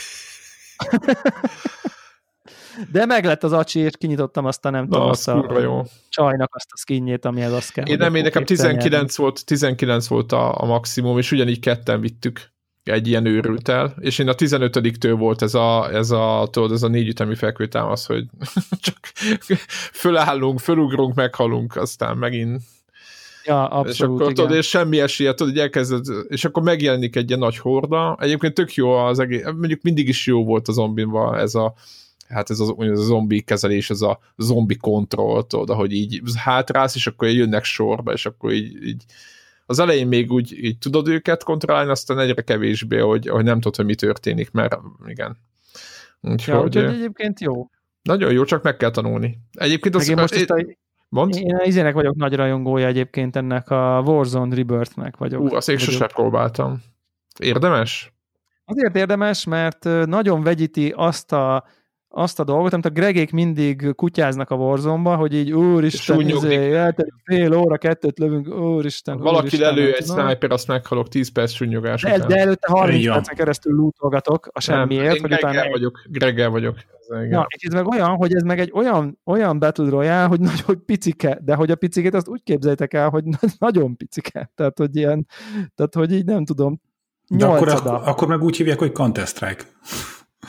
De meg lett az acsi, és kinyitottam azt a nem tudom, azt a jó. csajnak azt a skinjét, amihez azt kell. Én nem, én nekem tizenkilenc volt, tizenkilenc volt a, a maximum, és ugyanígy ketten vittük egy ilyen őrült el, és én a tizenötödiktől volt ez a, ez a, tudod, ez a négyütemű fekvőtámasz, hogy csak fölállunk, fölugrunk, meghalunk, aztán megint ja, abszolút, és akkor igen. tudod, és semmi esélye, tudod, hogy elkezded, és akkor megjelenik egy ilyen nagy horda. Egyébként tök jó az egész, mondjuk mindig is jó volt a zombinval ez a hát ez a, ez a zombi kezelés, ez a zombi kontroll, tudod, ahogy így hátrálsz, és akkor jönnek sorba, és akkor így, így az elején még úgy így tudod őket kontrollálni, aztán egyre kevésbé, hogy, hogy nem tudod, hogy mi történik, mert igen. Úgyhogy, ja, úgyhogy egyébként jó. Nagyon jó, csak meg kell tanulni. Egyébként az... Most é, a, mond? Én izének vagyok nagy rajongója egyébként ennek a Warzone Rebirth-nek vagyok. Ú, azt én sosem próbáltam. Érdemes? Azért érdemes, mert nagyon vegyíti azt a azt a dolgot, amit a Gregék mindig kutyáznak a Warzone-ba, hogy így úristen, izé, eltelik fél óra, kettőt lövünk, úristen, valaki úristen, lelő egy sniper, azt meghalok tíz perc sunnyogás de, után. De előtte harminc percen keresztül lootolgatok a semmiért. Nem, én Greggel vagyok, Greggel vagyok. Na, és ez meg olyan, hogy ez meg egy olyan, olyan Battle Royale, hogy nagyon picike, de hogy a picikét azt úgy képzeljétek el, hogy nagyon picike. Tehát, hogy ilyen, tehát, hogy így nem tudom, de akkor, akkor meg úgy hívják, hogy Counter-Strike.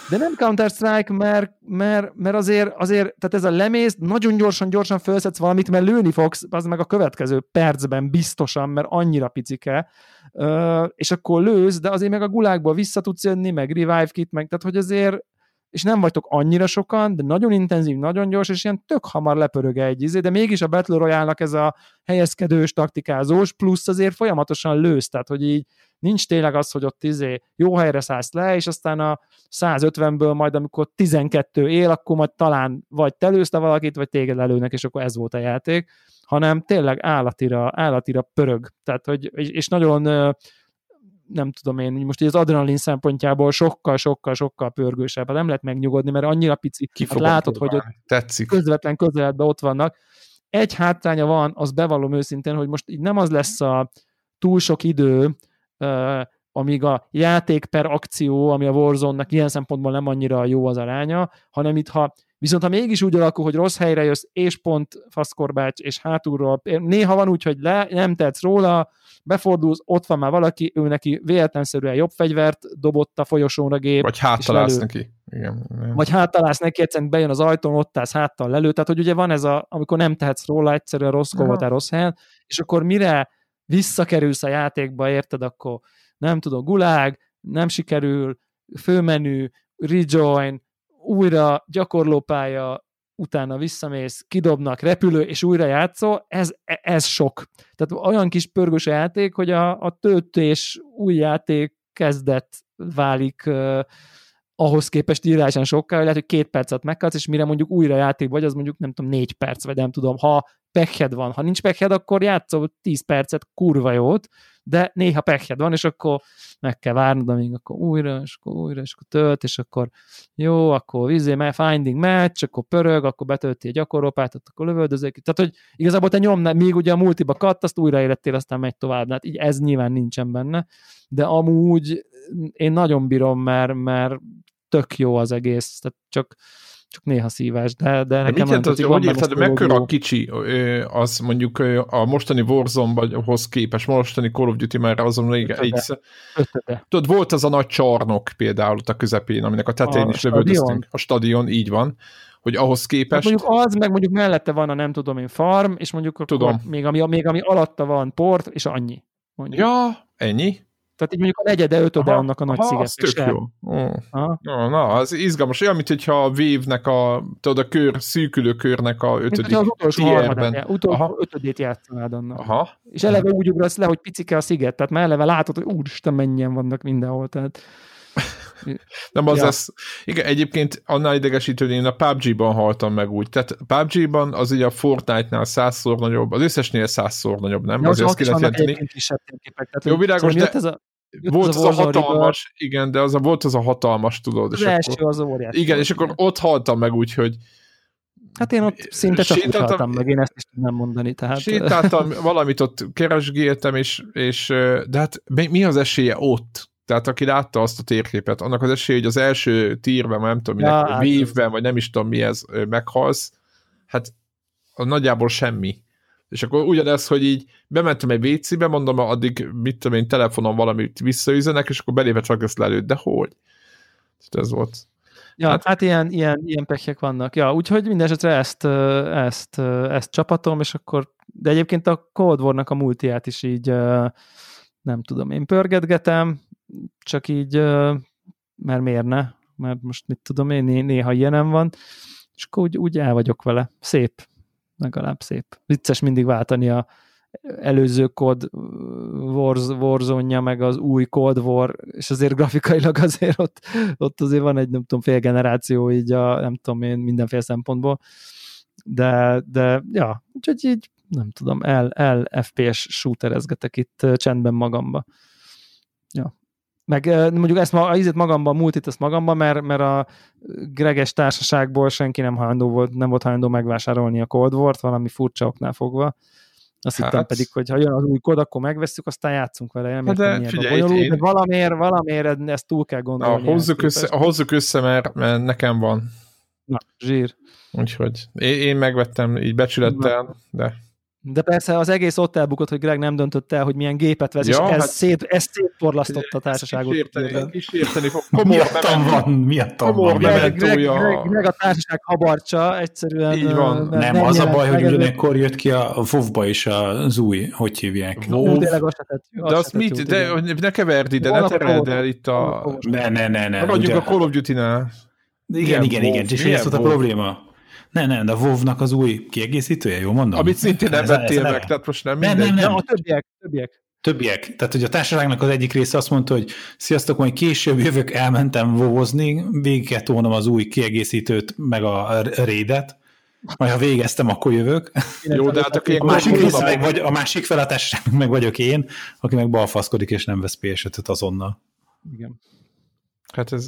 De nem Counter-Strike, mert, mert, mert azért, azért, tehát ez a lemész, nagyon gyorsan, gyorsan felszedsz valamit, mert lőni fogsz, az meg a következő percben biztosan, mert annyira picike, uh, és akkor lősz, de azért meg a gulágból vissza tudsz jönni, meg revive kit, meg, tehát hogy azért, és nem vagytok annyira sokan, de nagyon intenzív, nagyon gyors, és ilyen tök hamar lepörög egy izé, de mégis a Battle Royale-nak ez a helyezkedős, taktikázós, plusz azért folyamatosan lősz, tehát hogy így nincs tényleg az, hogy ott izé jó helyre szállsz le, és aztán a százötvenből majd, amikor tizenkettő él, akkor majd talán vagy te lőzte valakit, vagy téged lelőnek, és akkor ez volt a játék, hanem tényleg állatira, állatira pörög. Tehát, hogy, és nagyon nem tudom én, most az adrenalin szempontjából sokkal, sokkal, sokkal pörgősebb. Nem lehet megnyugodni, mert annyira pici. Hát látod, hogy ott tetszik. Közvetlen közeledben ott vannak. Egy hátránya van, az bevallom őszintén, hogy most így nem az lesz a túl sok idő, Uh, amíg a játék per akció, ami a Warzone-nak ilyen szempontból nem annyira jó az aránya, hanem itt, ha viszont ha mégis úgy alakul, hogy rossz helyre jössz, és pont faszkorbács, és hátulról, néha van úgy, hogy le, nem tetsz róla, befordulsz, ott van már valaki, ő neki véletlenszerűen jobb fegyvert dobott a folyosón a gép. Vagy háttalálsz neki. Igen. Vagy háttalálsz neki, egyszerűen bejön az ajtón, ott állsz háttal lelő, tehát hogy ugye van ez a, amikor nem tehetsz róla, egyszerűen rossz voltál rossz helyen, és akkor mire visszakerülsz a játékba, érted, akkor nem tudom, gulág, nem sikerül, főmenü, rejoin, újra gyakorlópálya, utána visszamész, kidobnak, repülő, és újra játszol, ez, ez sok. Tehát olyan kis pörgős a játék, hogy a, a töltés új játék kezdet válik uh, ahhoz képest írásán sokkal, lehet, hogy két percet megkapsz, és mire mondjuk újra játék vagy, az mondjuk nem tudom, négy perc, vagy nem tudom, ha pekhed van. Ha nincs pekhed, akkor játszol tíz percet kurva jót, de néha pekhed van, és akkor meg kell várnod, amíg akkor újra, és akkor újra, és akkor tölt, és akkor jó, akkor vízé, finding match, akkor pörög, akkor betölti a gyakorlópát, akkor lövöldözök. Tehát, hogy igazából te nyomnál, míg ugye a multiba katt, azt újraélettél, aztán megy tovább. Hát így ez nyilván nincsen benne, de amúgy én nagyon bírom, mert, mert tök jó az egész, tehát csak csak néha szívás, de, de nekem nem tetszik. Hogy érted, mekkora kicsi az mondjuk a mostani Warzone-hoz képest, mostani Call of Duty már azon egy... Tudod, volt az a nagy csarnok például ott a közepén, aminek a tetején a is lövöldöztünk. A stadion, így van, hogy ahhoz képest... Hát mondjuk az, meg mondjuk mellette van a nem tudom én farm, és mondjuk tudom. Még, ami, még ami alatta van port, és annyi. Mondjuk. Ja, ennyi? Tehát így mondjuk a negyede, ötöde aha, annak a nagy aha, szigetek. Jó. Oh. Na, na, az izgalmas. Olyan, mint hogyha a Wave-nek a, tudod, a kör, szűkülő körnek a ötödik az utolsó tierben. Utolsó ötödét játszanád annak. Aha. És eleve úgy ugrasz le, hogy picike a sziget, tehát már eleve látod, hogy úristen, mennyien vannak mindenhol. Tehát... Nem az ja. lesz. Igen, egyébként annál idegesítő, én a pé u bé gé-ban haltam meg úgy. Tehát pé u bé gé-ban az ugye a Fortnite-nál százszor nagyobb, az összesnél százszor nagyobb, nem? Ja, azért azt ki lehet jelenteni. Jó, világos, de ez a, volt az, az a hatalmas, a... igen, de az a, volt az a hatalmas, tudod. Az és első akkor, az óriási. Igen, és akkor ott haltam meg úgy, hogy hát én ott szinte csak úgy haltam meg, én ezt is tudnám mondani. Tehát... Sétáltam, valamit ott keresgéltem, és, és de hát mi az esélye ott? Tehát aki látta azt a térképet, annak az esélye, hogy az első tírben, nem tudom, minek, ja, wave-ben, vagy nem is tudom mi ez, meghalsz, hát nagyjából semmi. És akkor ugyanez, hogy így bementem egy vé cébe, mondom, addig mit tudom én, telefonon valamit visszaüzenek, és akkor belépve csak ezt lelőtt, de hogy? Ez volt. Ja, hát, hát ilyen, ilyen, ilyen pekjek vannak. Ja, úgyhogy mindesetre ezt, ezt, ezt csapatom, és akkor, de egyébként a Cold War-nak a multiát is így nem tudom, én pörgetgetem, csak így, mert miért ne? Mert most mit tudom én, néha ilyenem van, és akkor úgy, úgy el vagyok vele. Szép, legalább szép. Vicces mindig váltani a előző Cold Warzone-ja, meg az új Cold War, és azért grafikailag azért ott, ott azért van egy, nem tudom, fél generáció így a, nem tudom én, mindenféle szempontból, de, de ja, úgyhogy így nem tudom, el, el ef pé es shooterezgetek itt csendben magamba. Ja. Meg mondjuk ezt ma, ízét magamban, multit ezt magamban, mert, mert a Greges társaságból senki nem hajlandó volt, nem volt hajlandó megvásárolni a Cold War-t, valami furcsa oknál fogva. Azt hát. Hittem pedig, hogy ha jön az új kód, akkor megvesszük, aztán játszunk vele. Nem hát de figyelj, bonyolult, én... de valamiért, valamiért ezt túl kell gondolni. Na, hozzuk, össze, hozzuk össze, mert, mert nekem van. Na, zsír. Úgyhogy én, én megvettem így becsülettel, de... De persze az egész ott elbukott, hogy Greg nem döntött el, hogy milyen gépet vesz, ja, és ez, hát, szét, ez szétporlasztotta a társaságot. Kísérteni, kísérteni fog. Miattam van, miattam van. Greg, Greg, Greg, Greg a társaság habarcsa egyszerűen... Így van. Nem, nem az a baj, hogy ugyanekkor jött ki a WoW-ba is az új, hogy hívják. WoW. De azt azt mit? De ne keverd ide, ne tereld el itt a... Ne, ne, ne, ne. Maradjunk a Call of Duty-nál. Igen, igen, igen, és ez volt a probléma. Ne, nem, de a WoW-nak az új kiegészítője, jól mondom? Amit szintén nem vettél meg, tehát most nem mindegy. Nem, nem, nem. A többiek, többiek. Többiek. Tehát, hogy a társaságnak az egyik része azt mondta, hogy sziasztok, majd később jövök, elmentem WoW-ozni, végig kell tolnom az új kiegészítőt, meg a raidet, majd ha végeztem, akkor jövök. Jó, de hát a másik, része meg vagy, a másik fel a társaságnak meg vagyok én, aki meg balfaszkodik, és nem vesz pé es ötöt azonnal. Igen. Hát ez...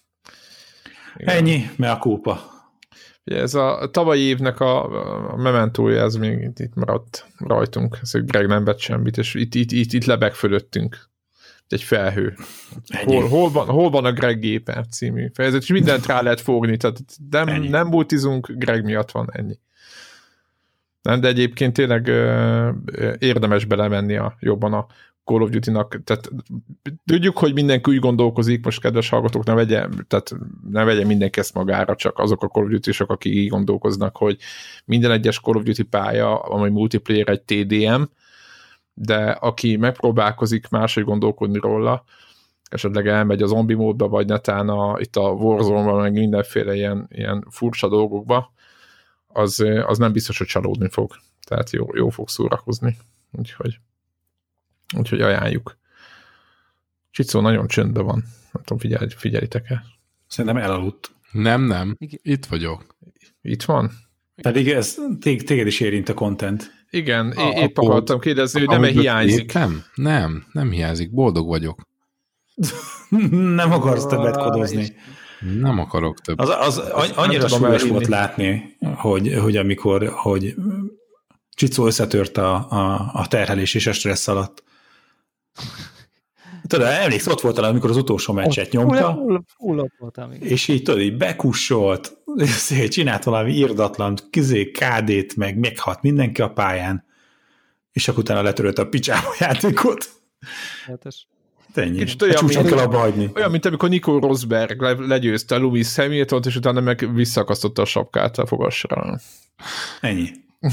Igen. Ennyi, me a kópa. Ez a tavalyi évnek a, a mementója, ez még itt, itt maradt rajtunk, ez, hogy Greg nem vett semmit, és itt, itt, itt, itt lebeg fölöttünk. Egy felhő. Hol, hol, van, hol van a Greg Géper című fejezet, és mindent rá lehet fogni, tehát nem, nem bultizunk, Greg miatt van, ennyi. Nem, de egyébként tényleg ö, ö, érdemes belemenni a, jobban a Call of Duty-nak, tehát tudjuk, hogy mindenki úgy gondolkozik, most kedves hallgatók, ne vegye, tehát ne vegye mindenki ezt magára, csak azok a Call of Duty-sok, akik így gondolkoznak, hogy minden egyes Call of Duty pálya, amely multiplayer egy té dé em, de aki megpróbálkozik máshogy gondolkodni róla, esetleg elmegy a zombi módba, vagy netán a, itt a Warzone-ban, meg mindenféle ilyen, ilyen furcsa dolgokba, az, az nem biztos, hogy csalódni fog. Tehát jó, jó fog szórakozni. Úgyhogy Úgyhogy ajánljuk. Csicó nagyon csöndben van. Nem tudom, figyelj, figyelitek-e? Szerintem elaludt. Nem, nem. Itt vagyok. Itt van? Pedig ez téged is érint a content. Igen, a, épp a akartam kérdezni, hogy nem-e hiányzik. Nem, nem, nem hiányzik. Boldog vagyok. Nem akarsz többet kodozni. Nem akarok többet. Az, az annyira súlyos volt látni, hogy, hogy amikor hogy Csicó összetört a, a, a terhelés és a stressz alatt. Tudod, emléksz, ott voltál, amikor az utolsó meccset nyomta, full, full voltam, és így tudod, így bekussolt, csinált valami irdatlan kizé ká dét, meg meghalt mindenki a pályán, és akkor utána letörött a picsába játékot. Hetes. Ennyi. Kicsit olyan, mint, kell abba hagyni. Olyan, mint amikor Nico Rosberg le, legyőzte a Lewis Hamiltont, és utána meg visszakasztotta a sapkát a fogasra. Ennyi.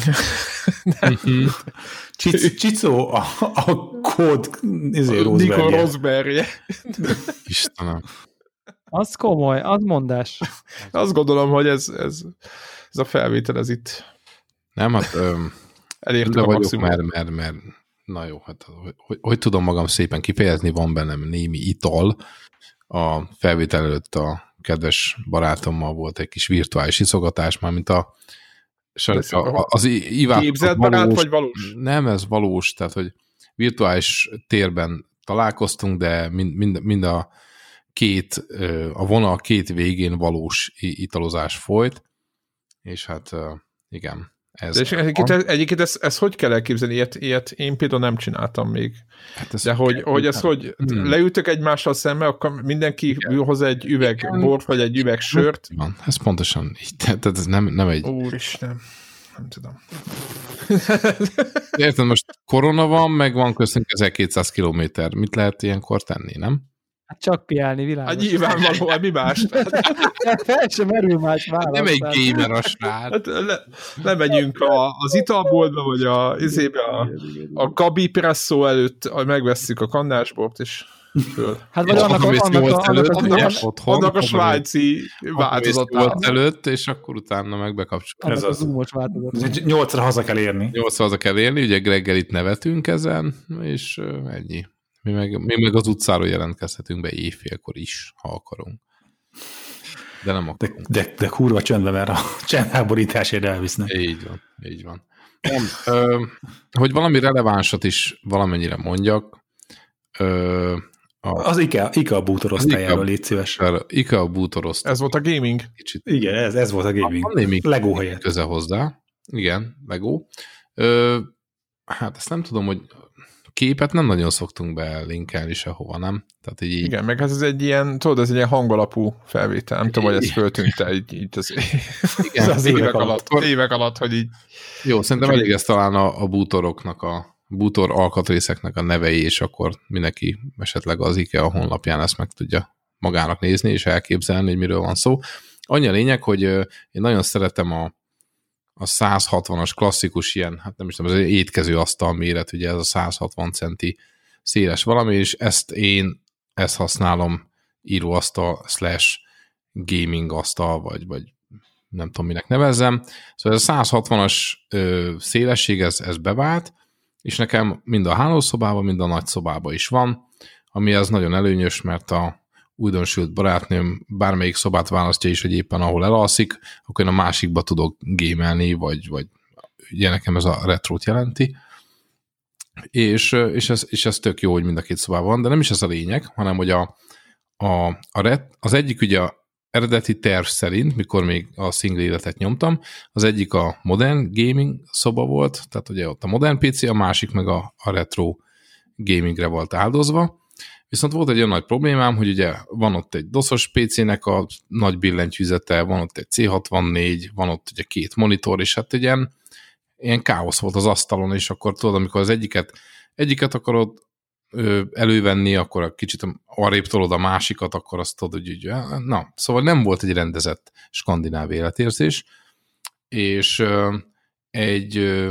Csicó a, a kód Nico Rosberg. Istenem. Az komoly, az mondás. Azt gondolom, hogy ez, ez, ez a felvétel, ez itt nem, hát öm, elértük a maximum. Mert, mert, mert na jó, hát hogy, hogy, hogy tudom magam szépen kifejezni, van bennem némi ital. A felvétel előtt a kedves barátommal volt egy kis virtuális iszogatás, már mint a A, a, az Iván, képzelt barát, vagy valós? Nem, ez valós, tehát, hogy virtuális térben találkoztunk, de mind, mind, mind a két, a vonal két végén valós italozás folyt, és hát igen, ez... De és egyébként, egyébként ezt, ezt hogy kell elképzelni? Ilyet, ilyet én például nem csináltam még. Hát ez de hogy, hogy ez hogy hmm. leültök egymással szembe, akkor mindenki ül hozzá egy üveg igen. bort, vagy egy üveg sört. Van, ez pontosan így, tehát ez nem, nem egy... Úristen, nem tudom. Érted, most korona van, meg van köztünk ezerkétszáz kilométer. Mit lehet ilyenkor tenni, nem? Hát csak piálni, világos. Hát nyilvánvalóan, mi más? Fel sem merül más válasz. Nem egy gamer a srác. Hát le, lemegyünk a, az italboltba, vagy a, izébe a, a Gabi Presso előtt, megvesszük a kannásbort, és föl. Hát vagy annak, annak, annak, annak, annak, otthon, annak a svájci változatát. előtt, és akkor utána meg bekapcsoljuk. Ez az zoomos változat. Nyolcra haza kell érni. Nyolcra haza kell érni, ugye Greggel itt nevetünk ezen, és ennyi. Mi meg, mi meg az utcáról jelentkezhetünk be éjfélkor is, ha akarunk. De nem akarunk. De, de, de kurva csöndben, mert a csendháborításért elvisznek. Így van, így van. Mond, ö, hogy valami relevánsat is valamennyire mondjak. Ö, a, az IKEA, IKEA bútorosztályáról légy szíves. IKEA bútorosztály. Ez volt a gaming. Kicsit. Igen, ez, ez volt a gaming. A Lego helyett. Köze hozzá. Igen, Lego. Ö, hát ezt nem tudom, hogy képet nem nagyon szoktunk belinkelni sehova, nem? Tehát így, igen, meg ez egy ilyen, tudod, ez egy ilyen hangalapú felvétel. Nem tudom, hogy ez föltűnt-e így, így az, igen, az évek, évek alatt, alatt, évek alatt, hogy így... Jó, szerintem elég ez talán a, a bútoroknak, a bútor alkatrészeknek a nevei, és akkor mindenki esetleg az IKEA honlapján ezt meg tudja magának nézni, és elképzelni, hogy miről van szó. Annyi a lényeg, hogy én nagyon szeretem a, a száz hatvanas klasszikus ilyen, hát nem is tudom, ez egy étkező asztal méret, ugye ez a száz hatvan centi széles valami, és ezt én, ezt használom íróasztal slash gaming asztal, vagy, vagy nem tudom, minek nevezzem. Szóval ez a száz hatvanas ö, szélesség, ez, ez bevált, és nekem mind a hálószobában, mind a nagy szobában is van, ami az nagyon előnyös, mert a újdonsült barátnőm bármelyik szobát választja is, hogy éppen ahol elalszik, akkor én a másikba tudok gémelni, vagy, vagy ugye nekem ez a retrót jelenti. És, és, ez, és ez tök jó, hogy mind a két szobában van, de nem is ez a lényeg, hanem hogy a, a, a ret, az egyik ugye a eredeti terv szerint, mikor még a single életet nyomtam, az egyik a modern gaming szoba volt, tehát ugye ott a modern pé cé, a másik meg a, a retro gamingre volt áldozva. Viszont volt egy olyan nagy problémám, hogy ugye van ott egy doszos pé cének a nagy billentyűzete, van ott egy cé hatvannégy, van ott ugye két monitor, és hát egy ilyen, ilyen káosz volt az asztalon, és akkor tudod, amikor az egyiket, egyiket akarod ö, elővenni, akkor a kicsit arrébb tolod a másikat, akkor azt tudod, hogy ugye, na, szóval nem volt egy rendezett skandináv életérzés, és ö, egy ö,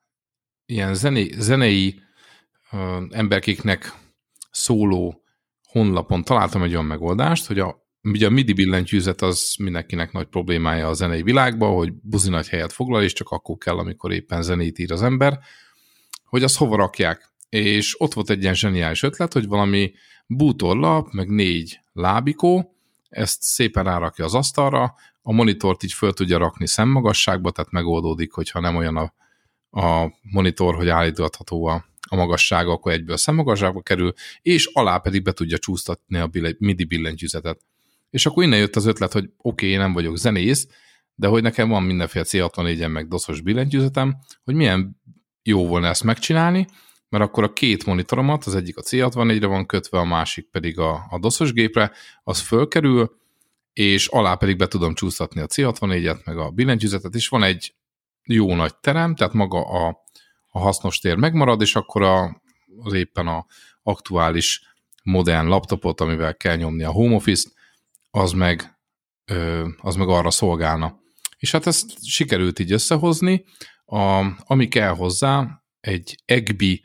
ilyen zené, zenei ö, emberkéknek szóló honlapon találtam egy olyan megoldást, hogy a, ugye a MIDI billentyűzet az mindenkinek nagy problémája a zenei világban, hogy buzi nagy helyet foglal, és csak akkor kell, amikor éppen zenét ír az ember, hogy azt hova rakják. És ott volt egy ilyen zseniális ötlet, hogy valami bútorlap, meg négy lábikó, ezt szépen rárakja az asztalra, a monitort így föl tudja rakni szemmagasságba, tehát megoldódik, hogyha nem olyan a, a monitor, hogy állítható a a magassága, akkor egyből szemmagasságba kerül, és alá pedig be tudja csúsztatni a MIDI billentyűzetet. És akkor innen jött az ötlet, hogy oké, okay, én nem vagyok zenész, de hogy nekem van mindenféle cé hatvannégyen meg doszos billentyűzetem, hogy milyen jó volna ezt megcsinálni, mert akkor a két monitoromat, az egyik a cé hatvannégyre van kötve, a másik pedig a, a doszos gépre, az fölkerül, és alá pedig be tudom csúsztatni a cé hatvannégyet, meg a billentyűzetet, és van egy jó nagy terem, tehát maga a a hasznos tér megmarad, és akkor a, az éppen a aktuális modern laptopot, amivel kell nyomni a home office-t, az meg, ö, az meg arra szolgálna. És hát ezt sikerült így összehozni, a, ami kell hozzá, egy Egbi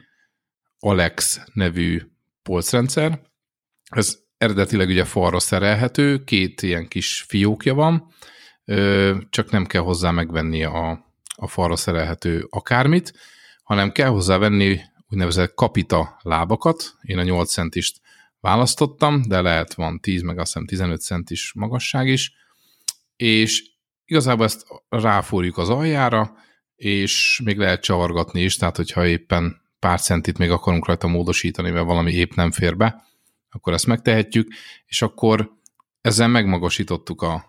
Alex nevű polcrendszer, ez eredetileg ugye falra szerelhető, két ilyen kis fiókja van, ö, csak nem kell hozzá megvenni a, a falra szerelhető akármit, hanem kell hozzá venni úgynevezett kapita lábakat. Én a nyolc centist választottam, de lehet van tíz, meg azt hiszem tizenöt centis magasság is, és igazából ezt ráfúrjuk az aljára, és még lehet csavargatni is, tehát hogyha éppen pár centit még akarunk rajta módosítani, mert valami épp nem fér be, akkor ezt megtehetjük, és akkor ezzel megmagasítottuk a,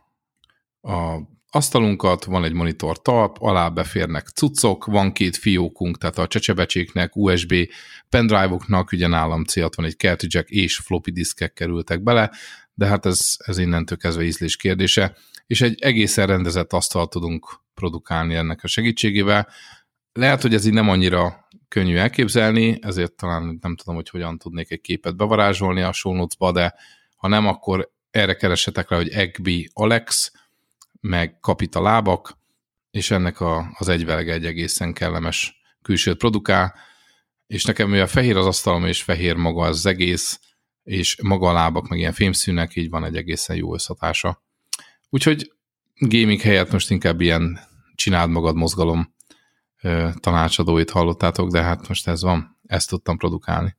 a asztalunkat, van egy monitor talp, alá beférnek cuccok, van két fiókunk, tehát a csecsebecséknek, u es bé pendrive-oknak, ugye nálam cé hatvannégy cartridge-ek és floppy diszkek kerültek bele, de hát ez, ez innentől kezdve ízlés kérdése, és egy egészen rendezett asztalt tudunk produkálni ennek a segítségével. Lehet, hogy ez így nem annyira könnyű elképzelni, ezért talán nem tudom, hogy hogyan tudnék egy képet bevarázsolni a show notes-ba, de ha nem, akkor erre keressetek rá, hogy Egbi Alex, meg kapita lábak, és ennek a, az egyvelege egy egészen kellemes külsőt produkál, és nekem mivel fehér az asztalom, és fehér maga az egész, és maga a lábak, meg ilyen fémszűnek, így van egy egészen jó összhatása. Úgyhogy gaming helyett most inkább ilyen csináld magad mozgalom tanácsadóit hallottátok, de hát most ez van, ezt tudtam produkálni.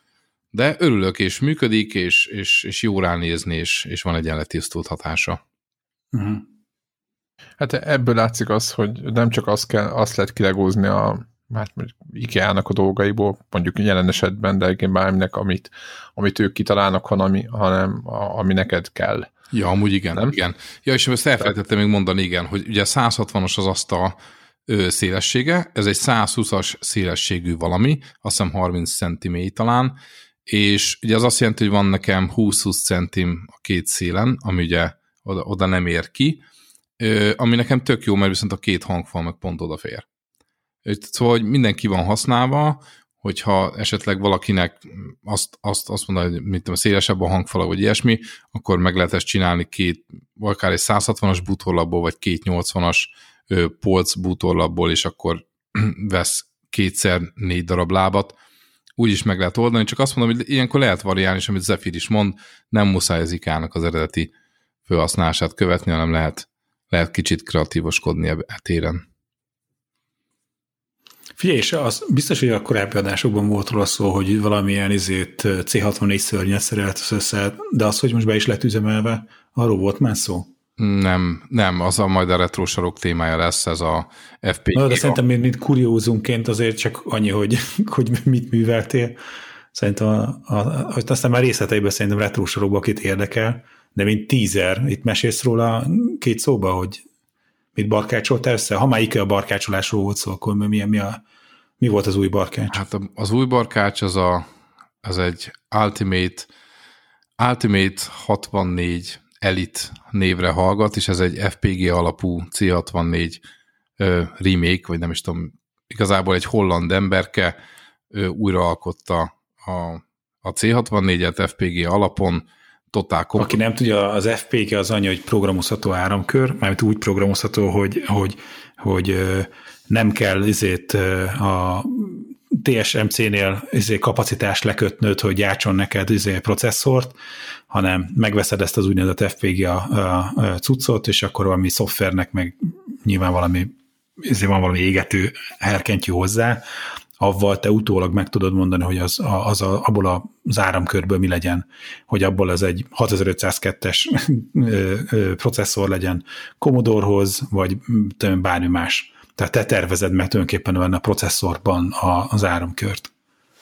De örülök, és működik, és, és, és jó ránézni, és, és van egy ilyen letisztult hatása. Uh-huh. Hát ebből látszik az, hogy nem csak azt, kell, azt lehet kilegózni a hát IKEA-nak a dolgaiból, mondjuk jelen esetben, de egyébként bárminek, amit, amit ők kitalálnak, hanem, hanem a, ami neked kell. Ja, amúgy igen, nem? igen. Ja, és ezt elfelejtettem még mondani, igen, hogy ugye száz hatvanas az asztal, szélessége, ez egy száz húszas szélességű valami, azt hiszem harminc centiméter talán, és ugye az azt jelenti, hogy van nekem húsz-húsz centim a két szélen, ami ugye oda, oda nem ér ki, ami nekem tök jó, mert viszont a két hangfal meg pont odafér. Szóval, hogy mindenki van használva, hogyha esetleg valakinek azt, azt, azt mondja, hogy mit tudom, szélesebb a hangfala, vagy ilyesmi, akkor meg lehet ezt csinálni két, akár egy száz hatvanas bútorlapból, vagy két nyolcvanas polc bútorlapból, és akkor vesz kétszer négy darab lábat, úgy is meg lehet oldani, csak azt mondom, hogy ilyenkor lehet variálni, és amit Zephyr is mond, nem muszáj az ikának az eredeti felhasználását követni, hanem lehet, lehet kicsit kreatívoskodni e téren. Figyelj, és az biztos, hogy a korábbi adásokban volt róla szó, hogy valamilyen izét cé hatvannégy szörnyet szereltesz össze, de az, hogy most be is lett üzemelve, arról volt már szó? Nem, nem, az a majd a retrosarok témája lesz, ez a ef pé gé. Na, de szerintem mint, mint kuriózumként azért csak annyi, hogy, hogy mit műveltél. Szerintem a, a, a, aztán már részleteiben szerintem retrosarokban akit érdekel, de mint teaser, itt mesélsz róla két szóba, hogy mit barkácsoltál össze? Ha már a barkácsolásról volt szó, akkor mi, mi, a, mi volt az új barkács? Hát az új barkács az, a, az egy Ultimate, Ultimate hatvannégy Elite névre hallgat, és ez egy ef pé gé alapú cé hatvannégy ö, remake, vagy nem is tudom, igazából egy holland emberke ö, újraalkotta a, a cé hatvannégyet ef pé gé alapon, totál komp- Aki nem tudja, az ef pé gé az annyi, hogy programozható áramkör, mármint úgy programozható, hogy, hogy, hogy nem kell izét a té es em cé-nél izé kapacitást lekötnöd, hogy gyártson neked izé processzort, hanem megveszed ezt az úgynevezett ef pé gé a, a, a cuccot, és akkor valami szoftvernek meg nyilván valami, izé van valami égető herkentyű hozzá, avval te utólag meg tudod mondani, hogy az, az a, abból az áramkörből mi legyen, hogy abból az egy hatezerötszázkettes processzor legyen Commodore-hoz, vagy bármi más. Tehát te tervezed meg tulajdonképpen benne a processzorban az áramkört.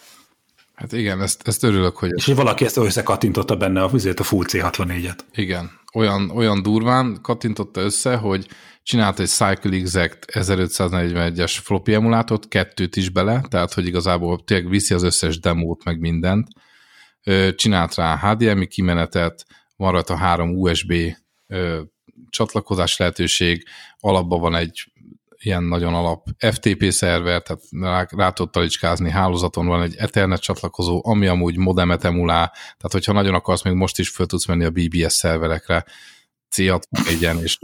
Hát igen, ezt, ezt örülök, hogy... És hogy valaki ezt összekattintotta benne a, a full cé hatvannégyet. Igen, olyan, olyan durván kattintotta össze, hogy csinált egy Cycle Exact ezerötszáznegyvenegyes floppy emulátort, kettőt is bele, tehát hogy igazából tényleg viszi az összes demót, meg mindent. Csinált rá há dé em i kimenetet, van rajta három u es bé csatlakozás lehetőség, alapban van egy ilyen nagyon alap ef té pé szerver, tehát rá, rá tudod talicskázni, hálózaton van egy Ethernet csatlakozó, ami amúgy modemet emulál, tehát hogyha nagyon akarsz, még most is föl tudsz menni a bé bé es szerverekre, cé hatvannégyen, és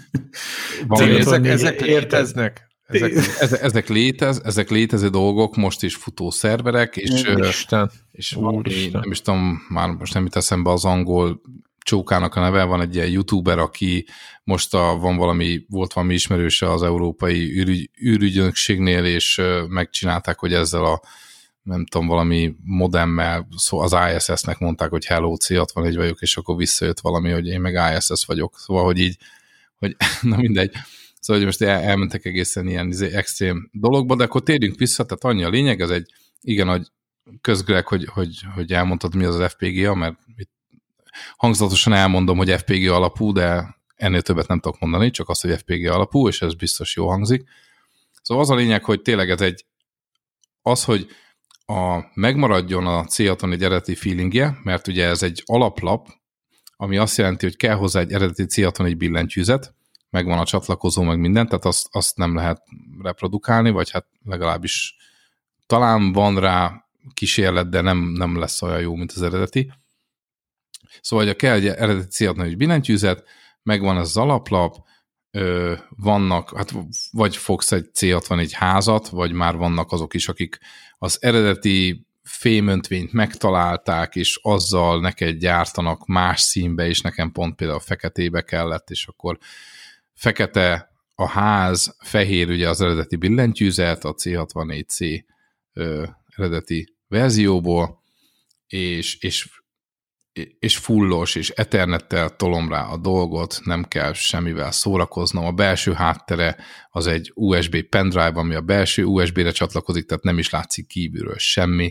ezek, ezek léteznek. Ezek, ezek, ezek, létez, ezek létező dolgok, most is futó szerverek, és, Isten. és valami, nem is tudom, már most nem jut eszembe az angol csókának a neve, van egy ilyen youtuber, aki most a, van valami, volt valami ismerőse az európai űrügy, űrügynökségnél, és megcsinálták, hogy ezzel a nem tudom, valami modemmel, szóval az i es es-nek mondták, hogy hello, cé hatvanegy vagyok, és akkor visszajött valami, hogy én meg i es es vagyok. Szóval, hogy így, hogy na mindegy. Szóval, hogy most el, elmentek egészen ilyen extrém dologba, de akkor térjünk vissza, tehát annyi a lényeg, ez egy igen nagy közgreg, hogy, hogy, hogy elmondtad, mi az az ef pé gé á, mert itt hangzatosan elmondom, hogy ef pé gé alapú, de ennél többet nem tudok mondani, csak azt, hogy ef pé gé alapú, és ez biztos jó hangzik. Szóval az a lényeg, hogy tényleg ez egy az, hogy a, megmaradjon a cé hatvannégy eredeti feelingje, mert ugye ez egy alaplap, ami azt jelenti, hogy kell hozzá egy eredeti cé hatvannégy billentyűzet, megvan a csatlakozó, meg minden, tehát azt, azt nem lehet reprodukálni, vagy hát legalábbis talán van rá kísérlet, de nem, nem lesz olyan jó, mint az eredeti. Szóval, hogy kell egy eredeti cé hatvannégy billentyűzet, megvan ez az alaplap, ö, vannak, hát vagy fogsz egy cé hatvannégy házat, vagy már vannak azok is, akik az eredeti fémöntvényt megtalálták, és azzal neked gyártanak más színbe, és nekem pont például feketébe kellett, és akkor fekete a ház, fehér ugye az eredeti billentyűzet, a cé hatvannégy cé ö, eredeti verzióból, és, és és fullos, és Ethernettel tolom rá a dolgot, nem kell semmivel szórakoznom. A belső háttere az egy u es bé pendrive, ami a belső u es bé-re csatlakozik, tehát nem is látszik kívülről semmi,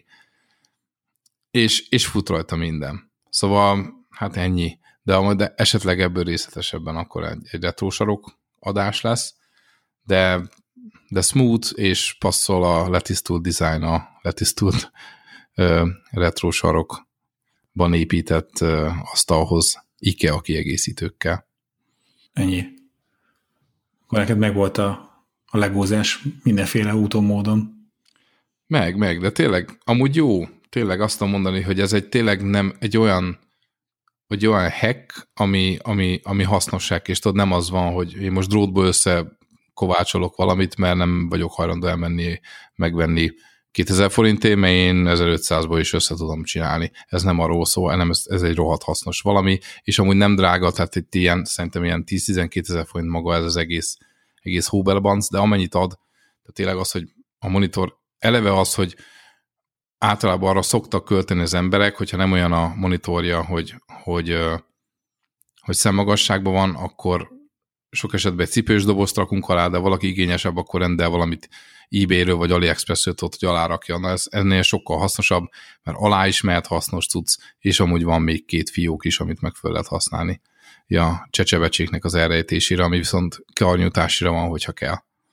és, és fut rajta minden. Szóval, hát ennyi. De, de esetleg ebből részletesebben akkor egy, egy retrósarok adás lesz, de de smooth, és passzol a letisztult design, a letisztult uh, retro sarokban épített uh, asztalhoz IKEA kiegészítőkkel. Ennyi. Akkor neked meg volt a, a legózás mindenféle úton, módon. Meg, meg, de tényleg, amúgy jó, tényleg azt tudom mondani, hogy ez egy tényleg nem egy olyan, hogy olyan hack, ami, ami, ami hasznosság, és tudod, nem az van, hogy én most drótból össze kovácsolok valamit, mert nem vagyok hajlandó elmenni, megvenni kétezer forintért, mert én ezerötszázból is össze tudom csinálni. Ez nem arról szól, hanem ez, ez egy rohadt hasznos valami, és amúgy nem drága, tehát itt ilyen, szerintem ilyen tíz-tizenkétezer forint maga ez az egész, egész hóbelbanc, de amennyit ad, tehát tényleg az, hogy a monitor, eleve az, hogy általában arra szoktak költeni az emberek, hogyha nem olyan a monitorja, hogy, hogy, hogy szemmagasságban van, akkor sok esetben egy cipős dobozt rakunk alá, de valaki igényesebb, akkor rendel valamit eBay-ről vagy AliExpress-ről, hogy alárakja. Na ez ennél sokkal hasznosabb, mert alá is mehet hasznos cucc, és amúgy van még két fiók is, amit meg föl lehet használni. Ja, csecsebecséknek az elrejtésére, ami viszont karnyújtásra van, hogyha kell.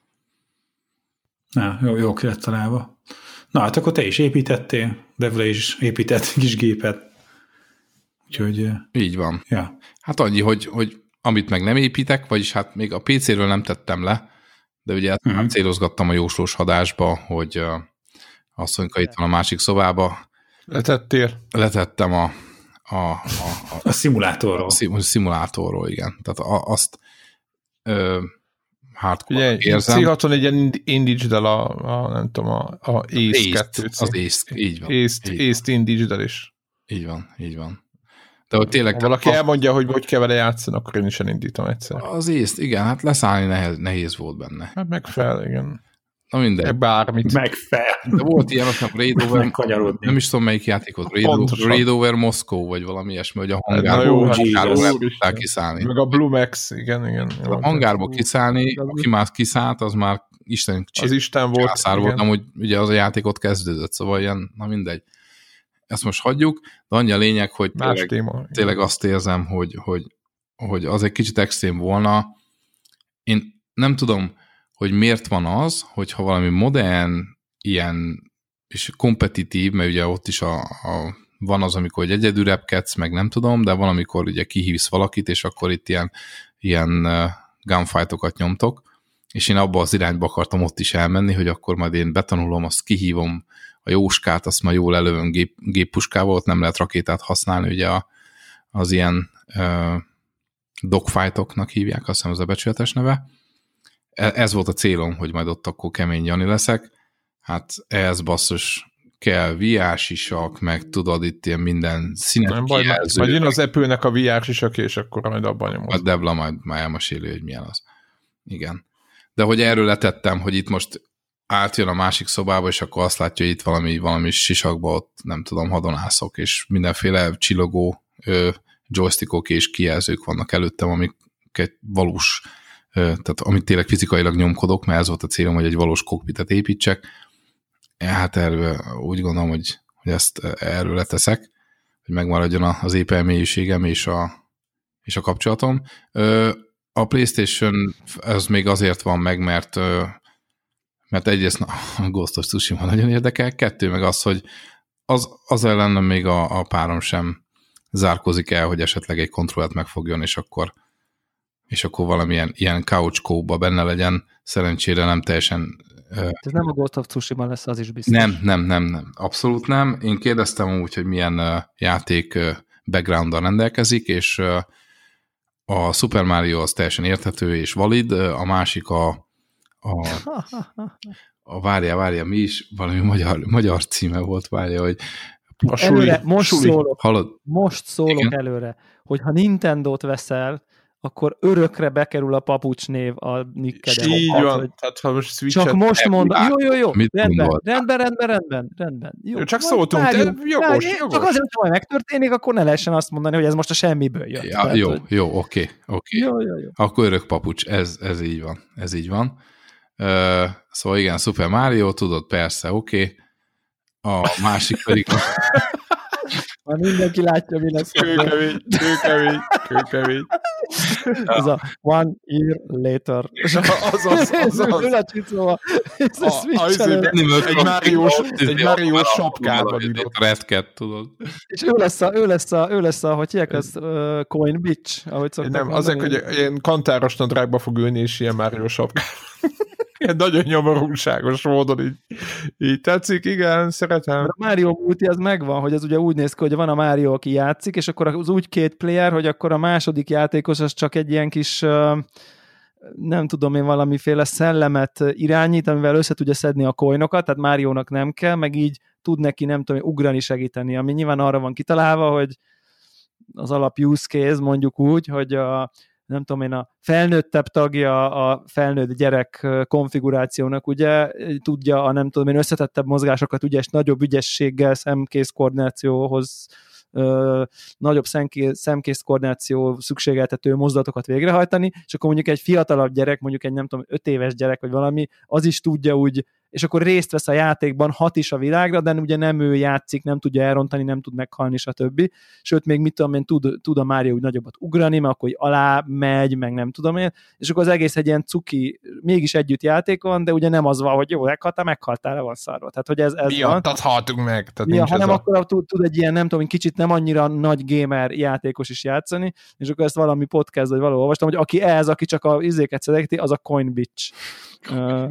Na, jó, jó ki lett találva. Na, hát akkor te is építettél, Devle is épített kis gépet. Úgyhogy... Így van. Ja. Hát annyi, hogy, hogy amit meg nem építek, vagyis hát még a pé céről nem tettem le, de ugye uh-huh. már célozgattam a jóslós hadásba, hogy uh, asszonyka itt van a másik szobába. Letettél? Letettem a a, a, a, a szimulátorról. A szimulátorról, igen. Tehát a, azt ö, hardcore érzem. cé hatvannégy indítsd el a, a, nem tudom, a, a Ace kettőt. Az Ace, így van. Ace-t indítsd el is. Így van, így van. De hogy tényleg... Ha valaki a... elmondja, hogy hogy kell vele játszani, akkor én is elindítom egyszer. Az Ace-t, igen, hát leszállni nehéz, nehéz volt benne. Hát megfelel, igen. Na mindegy. Bármit. Megfelel. De volt ilyen, azt Raid Over, nem is tudom melyik játékot, Raid, Raid Over Moscow, vagy valami ilyesmi, hogy a hangárból nem tudták kiszállni. Meg a Blue Max, igen, igen. A hangárból kiszállni, aki már kiszállt, az már Isten az Isten volt. Császár volt, amúgy ugye az a játékot kezdődött, szóval ilyen, na mindegy. Ezt most hagyjuk, de annyi a lényeg, hogy tényleg, téma, tényleg azt érzem, hogy, hogy, hogy az egy kicsit extrém volna. Én nem tudom, hogy miért van az, hogyha valami modern, ilyen, és kompetitív, mert ugye ott is a, a, van az, amikor egyedül repkedsz, meg nem tudom, de van, amikor ugye kihívsz valakit, és akkor itt ilyen, ilyen uh, gunfightokat nyomtok, és én abba az irányba akartam ott is elmenni, hogy akkor majd én betanulom, azt kihívom a jóskát, azt már jól elővöm gép, géppuskával, ott nem lehet rakétát használni, ugye a, az ilyen uh, dogfightoknak hívják, azt hiszem az a becsületes neve. Ez volt a célom, hogy majd ott akkor kemény Jani leszek. Hát ehhez basszus kell vé er sisak, meg tudod itt ilyen minden színes kijelző. Vagy jön az Apple-nek a vé er sisak, és akkor majd abban nyomod. A Debla majd már elmeséli, hogy milyen az. Igen. De hogy erről letettem, hogy itt most átjön a másik szobába, és akkor azt látja, hogy itt valami, valami sisakba ott, nem tudom, hadonászok, és mindenféle csillogó ö, joystickok és kijelzők vannak előttem, amik egy valós, ö, tehát amit tényleg fizikailag nyomkodok, mert ez volt a célom, hogy egy valós kokpitet építsek. Hát erről úgy gondolom, hogy, hogy ezt erről leteszek, hogy megmaradjon az épelmélyűségem és a, és a kapcsolatom. Ö, a PlayStation ez még azért van meg, mert mert egyrészt na, a Ghost of Tsushima nagyon érdekel, kettő meg az, hogy az, az ellen még a, a párom sem zárkozik el, hogy esetleg egy kontrollert megfogjon, és akkor, és akkor valamilyen ilyen couch co-ba benne legyen. Szerencsére nem teljesen... Ez nem a Ghost of Tsushima lesz, az is biztos. Nem, nem, nem, nem. Abszolút nem. Én kérdeztem úgy, hogy milyen uh, játék uh, background-dal rendelkezik, és uh, a Super Mario az teljesen érthető és valid, uh, a másik a A, a várja, várja, mi is, valami magyar, magyar címe volt, várja, hogy a suli, előre, most suli. Szólok, Hallod? most szólok Igen? előre, hogy ha Nintendót veszel, akkor örökre bekerül a papucs név a nickeden. Így van. Hogy... Tehát, ha most Switch-et... Csak most mondom, jó, jó, jó, rendben, rendben, rendben, rendben, rendben. Jó, jó csak szóltunk, várjunk, de jogos, várjunk, jogos. Csak azért, hogy majd megtörténik, akkor ne lehessen azt mondani, hogy ez most a semmiből jött. Ja, tehát, jó, hogy... jó, oké, oké. Jó, jó, jó. Akkor örök papucs, ez, ez így van, ez így van. Uh, szóval igen, Super Mario, tudod, persze, oké. Okay. A másik pedig... Már mindenki látja, mi lesz. Kőkemény, kőkemény, kőkemény. Ez a one year later. Azaz, azaz. Ül a csicóval, és A- a- izé- Egy Máriós, egy Máriós sapkában írott. Red Cat, tudod. És ő lesz a, ő lesz a, ő lesz a, hogy hívják, az uh, coin bitch, ahogy szokták Nem, mondani. azért, hogy ilyen kantáros nadrágba fog ülni, és ilyen Máriós sapkában. Ilyen nagyon nyomorúságos módon így, így tetszik, igen, szeretem. Mert a Mario multi az megvan, hogy az ugye úgy néz ki, hogy van a Mario, aki játszik, és akkor az úgy két player, hogy akkor a második játékos az csak egy ilyen kis, nem tudom én, valamiféle szellemet irányít, amivel össze tudja szedni a coinokat, tehát Máriónak nem kell, meg így tud neki, nem tudom, ugrani, segíteni, ami nyilván arra van kitalálva, hogy az alap use case, mondjuk úgy, hogy a nem tudom én, a felnőttebb tagja a felnőtt gyerek konfigurációnak, ugye tudja a nem tudom én összetettebb mozgásokat, ugye, és nagyobb ügyességgel, szemkész koordinációhoz ö, nagyobb szemkész, szemkész koordináció szükségeltető mozdulatokat végrehajtani, és akkor mondjuk egy fiatalabb gyerek, mondjuk egy nem tudom, öt éves gyerek, vagy valami, az is tudja úgy, és akkor részt vesz a játékban, hat is a világra, de ugye nem ő játszik, nem tudja elrontani, nem tud meghalni, stb. Sőt, még mit tudom én, tud, tud a Mario úgy nagyobbat ugrani, mert akkor alá megy, meg nem tudom én, és akkor az egész egy ilyen cuki, mégis együtt játékon, de ugye nem az van, hogy jó, meghaltál, meghaltál, le van szarva. Tehát, hogy ez, ez Miattat haltunk meg. Tehát ja, nincs hanem ez a... akkor tud, tud egy ilyen, nem tudom, kicsit nem annyira nagy gamer játékos is játszani, és akkor ezt valami podcast, vagy valahol olvastam, hogy aki ez, aki csak a izéket szedegeti, az a coin bitch. Uh,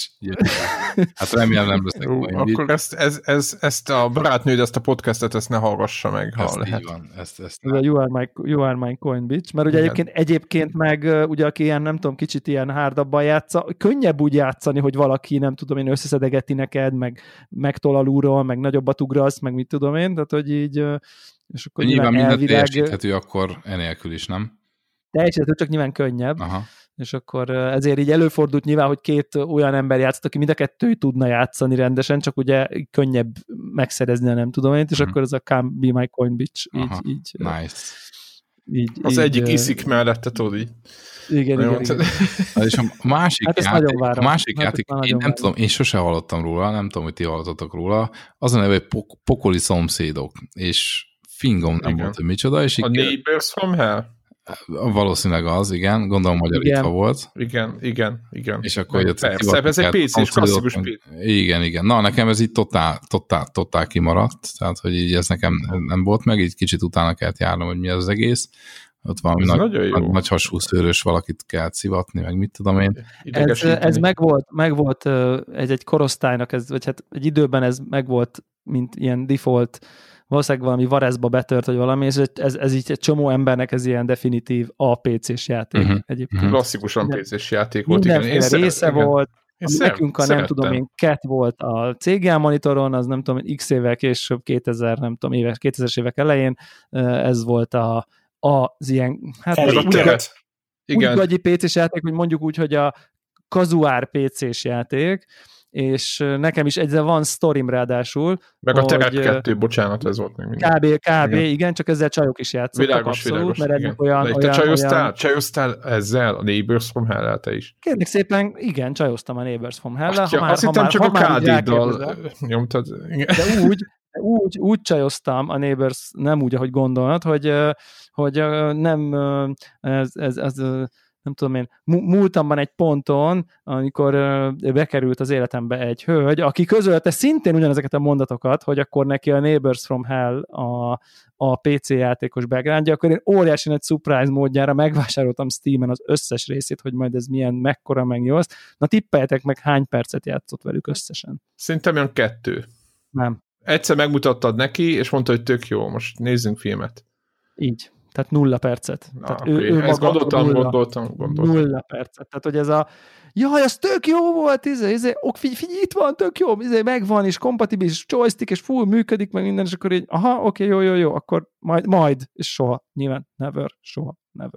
hát remélem nem lesznek Ú, olyan akkor ezt, ez, ez, ezt a barátnőd, ezt a podcastet, ezt ne hallgassa meg, ha ezt lehet. így van. Ezt, ezt ez a you are, my, you are my coin bitch, mert ugye Igen. egyébként, egyébként meg uh, ugye aki ilyen, nem tudom, kicsit ilyen hárdabban játsza, könnyebb úgy játszani, hogy valaki, nem tudom én, összeszedegeti neked, meg megtol alulról, meg nagyobbat ugrasz, meg mit tudom én, tehát hogy így, uh, és akkor nyilván minden elvileg teljesíthető akkor enélkül is, nem? teljesíthető, csak nyilván könnyebb. Aha. És akkor ezért így előfordult nyilván, hogy két olyan ember játszott, aki mind a kettő tudna játszani rendesen, csak ugye könnyebb megszerezni, nem tudom én, és Mhm. akkor ez a come be my coin bitch. Így, Aha. így, Nice. így, Az így, egyik ö, iszik mellette, tudod így. Igen, Nagyon igen, igen. Na, és a másik Hát ezt játék, nagyon várom. a másik Hát játék ezt már én nagyon nem tudom, én sose hallottam róla, nem tudom, hogy ti hallottatok róla, az a neve, hogy pok- pokoli szomszédok, és fingom nem Igen. volt, hogy micsoda, és A így, Neighbors from Hell? valószínűleg az, igen, gondolom magyarítva Igen. volt. Igen, igen, igen. És akkor Meg jött a persze, ez egy pé cés klasszikus pé cé. Igen, igen. Na, nekem ez így totál, totál, totál kimaradt, tehát, hogy így ez nekem nem volt meg, így kicsit utána kellett járnom, hogy mi az, az egész. Ott valami Ez nagy, nagyon jó. nagy, nagy hasú szőrös valakit kell szivatni, meg mit tudom én. Ez, Idegesíteni. ez megvolt, megvolt egy, egy korosztálynak, ez, vagy hát egy időben ez megvolt, mint ilyen default, valószínűleg valami Varezba betört, vagy valami, és ez, ez így egy csomó embernek ez ilyen definitív á pé cés játék Uh-huh. egyébként. Klasszikusan pé cés játék volt. Igen. Mindenféle szeret- része igen. volt, Én ami szeret- nekünk a nem szerettem. tudom én, cat volt a cé gé á monitoron, az nem tudom, x évvel később, kétezer, nem tudom, éves, kétezres évek elején, ez volt a, az ilyen, hát Ez a úgy, teret. úgy Igen. gagyi pé cés játék, hogy mondjuk úgy, hogy a kazuár pé cés játék, és nekem is egyszerűen van sztorim ráadásul, Meg a hogy, teret ö, kettő, bocsánat, ez volt még mindig. kb. kb. Igen. Igen, csak ezzel csajok is játszottak Világos, abszolút, világos. mert igen. ennek olyan, De te olyan, csajoztál, olyan... csajoztál ezzel, a Neighbors from Hell-el te is. Kérlek szépen, igen, csajoztam a Neighbors from Hell-el. Azt, azt hittem csak a ká dé-dal nyomtad. Igen. De úgy, úgy, úgy csajoztam a Neighbors, nem úgy, ahogy gondolod, hogy, ö, hogy ö, nem ö, ez, ez, ez ö, nem tudom én, múltamban egy ponton, amikor ö, bekerült az életembe egy hölgy, aki közölte szintén ugyanezeket a mondatokat, hogy akkor neki a Neighbors from Hell a, a pé cé játékos backgroundja, akkor én óriási nagy surprise módjára megvásároltam Steamen az összes részét, hogy majd ez milyen, mekkora, meg jó. Na tippeljetek meg, hány percet játszott velük összesen? Szerintem olyan kettő. Nem. Egyszer megmutattad neki, és mondta, hogy tök jó, most nézzünk filmet. Így. Tehát nulla percet. Na, Tehát ő, ő ezt gondoltam, nulla, gondoltam, gondoltam. Nulla percet. Tehát, hogy ez a jaj, az tök jó volt, izé, izé, ok, figyelj, figyelj, itt van, tök jó, izé, megvan, és kompatibilis joystick, és full működik, meg minden, és akkor így, aha, oké, jó, jó, jó, akkor majd, majd, és soha, nyilván, never, soha, never.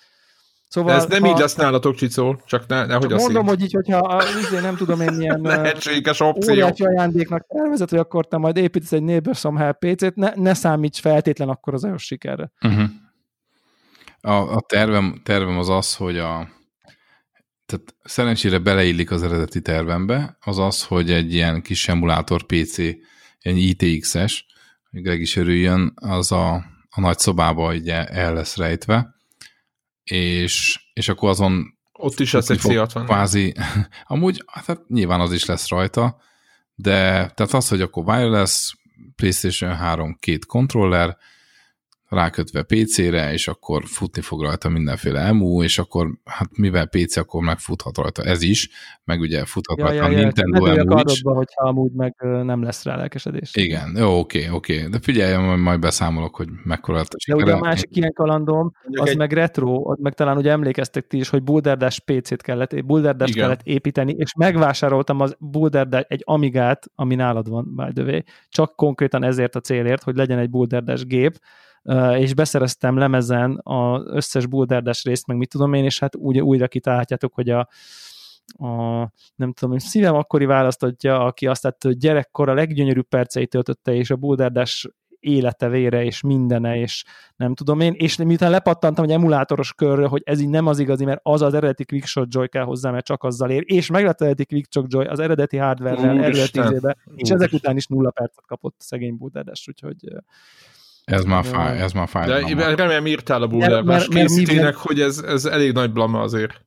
Szóval, ez nem ha, így lesz nálatok, Csicó, csak ne, nehogy csak azt mondom, így. hogy így, hogyha izé, nem tudom én milyen lehetséges opció. Óriási ajándéknak tervezett, hogy akkor te majd építesz egy Neighbors from Hell pé cét, ne, ne számíts feltétlen akkor az ajos sikerre. Uh-huh. A, a tervem, tervem az az, hogy a tehát szerencsére beleillik az eredeti tervembe, az az, hogy egy ilyen kis emulátor pé cé, egy i té iksz-es, hogy Greg is örüljön, az a, a nagy szobába így el lesz rejtve, és, és akkor azon ott is lesz egy cé hatvan. Kvázi, amúgy hát nyilván az is lesz rajta, de tehát az, hogy akkor wireless, PlayStation három, két kontroller, rákötve pé cére, és akkor futni fog rajta mindenféle emu, és akkor, hát mivel pé cé, akkor megfuthat rajta ez is, meg ugye futhat ja, rajta ja, a ja, Nintendo ja, emu is. Hogyha amúgy meg nem lesz rá lelkesedés. Igen, jó, oké, oké, de figyelj, majd beszámolok, hogy mekkora lett a sikere. De ugye a másik ilyen kalandom, az egy... meg retro, az meg talán ugye emlékeztek ti is, hogy Boulder Dash pé cét kellett, Boulder Dash kellett építeni, és megvásároltam az Boulder Dash, egy Amigát, ami nálad van, by the way, csak konkrétan ezért a célért, hogy legyen egy Boulder Dash gép, Uh, és beszereztem lemezen az összes Boulder Dash részt, meg mit tudom én, és hát úgy, újra kitálhatjátok, hogy a, a nem tudom, szívem akkori választottja, aki azt tette, hogy gyerekkor a leggyönyörűbb perceit töltötte, és a Boulder Dash élete, vére, és mindene, és nem tudom én, és miután lepattantam egy emulátoros körről, hogy ez így nem az igazi, mert az az eredeti Quickshot Joy kell hozzá, mert csak azzal ér, és meg lett az eredeti Quickshot Joy az eredeti hardware-rel, eredeti izébe, és ezek után is nulla percet kapott szegény Boulder Dash, úgyhogy Ez már fáj, ez már fáj. De remélem írtál a Boulder Dash készítének, hogy ez, ez elég nagy blama azért.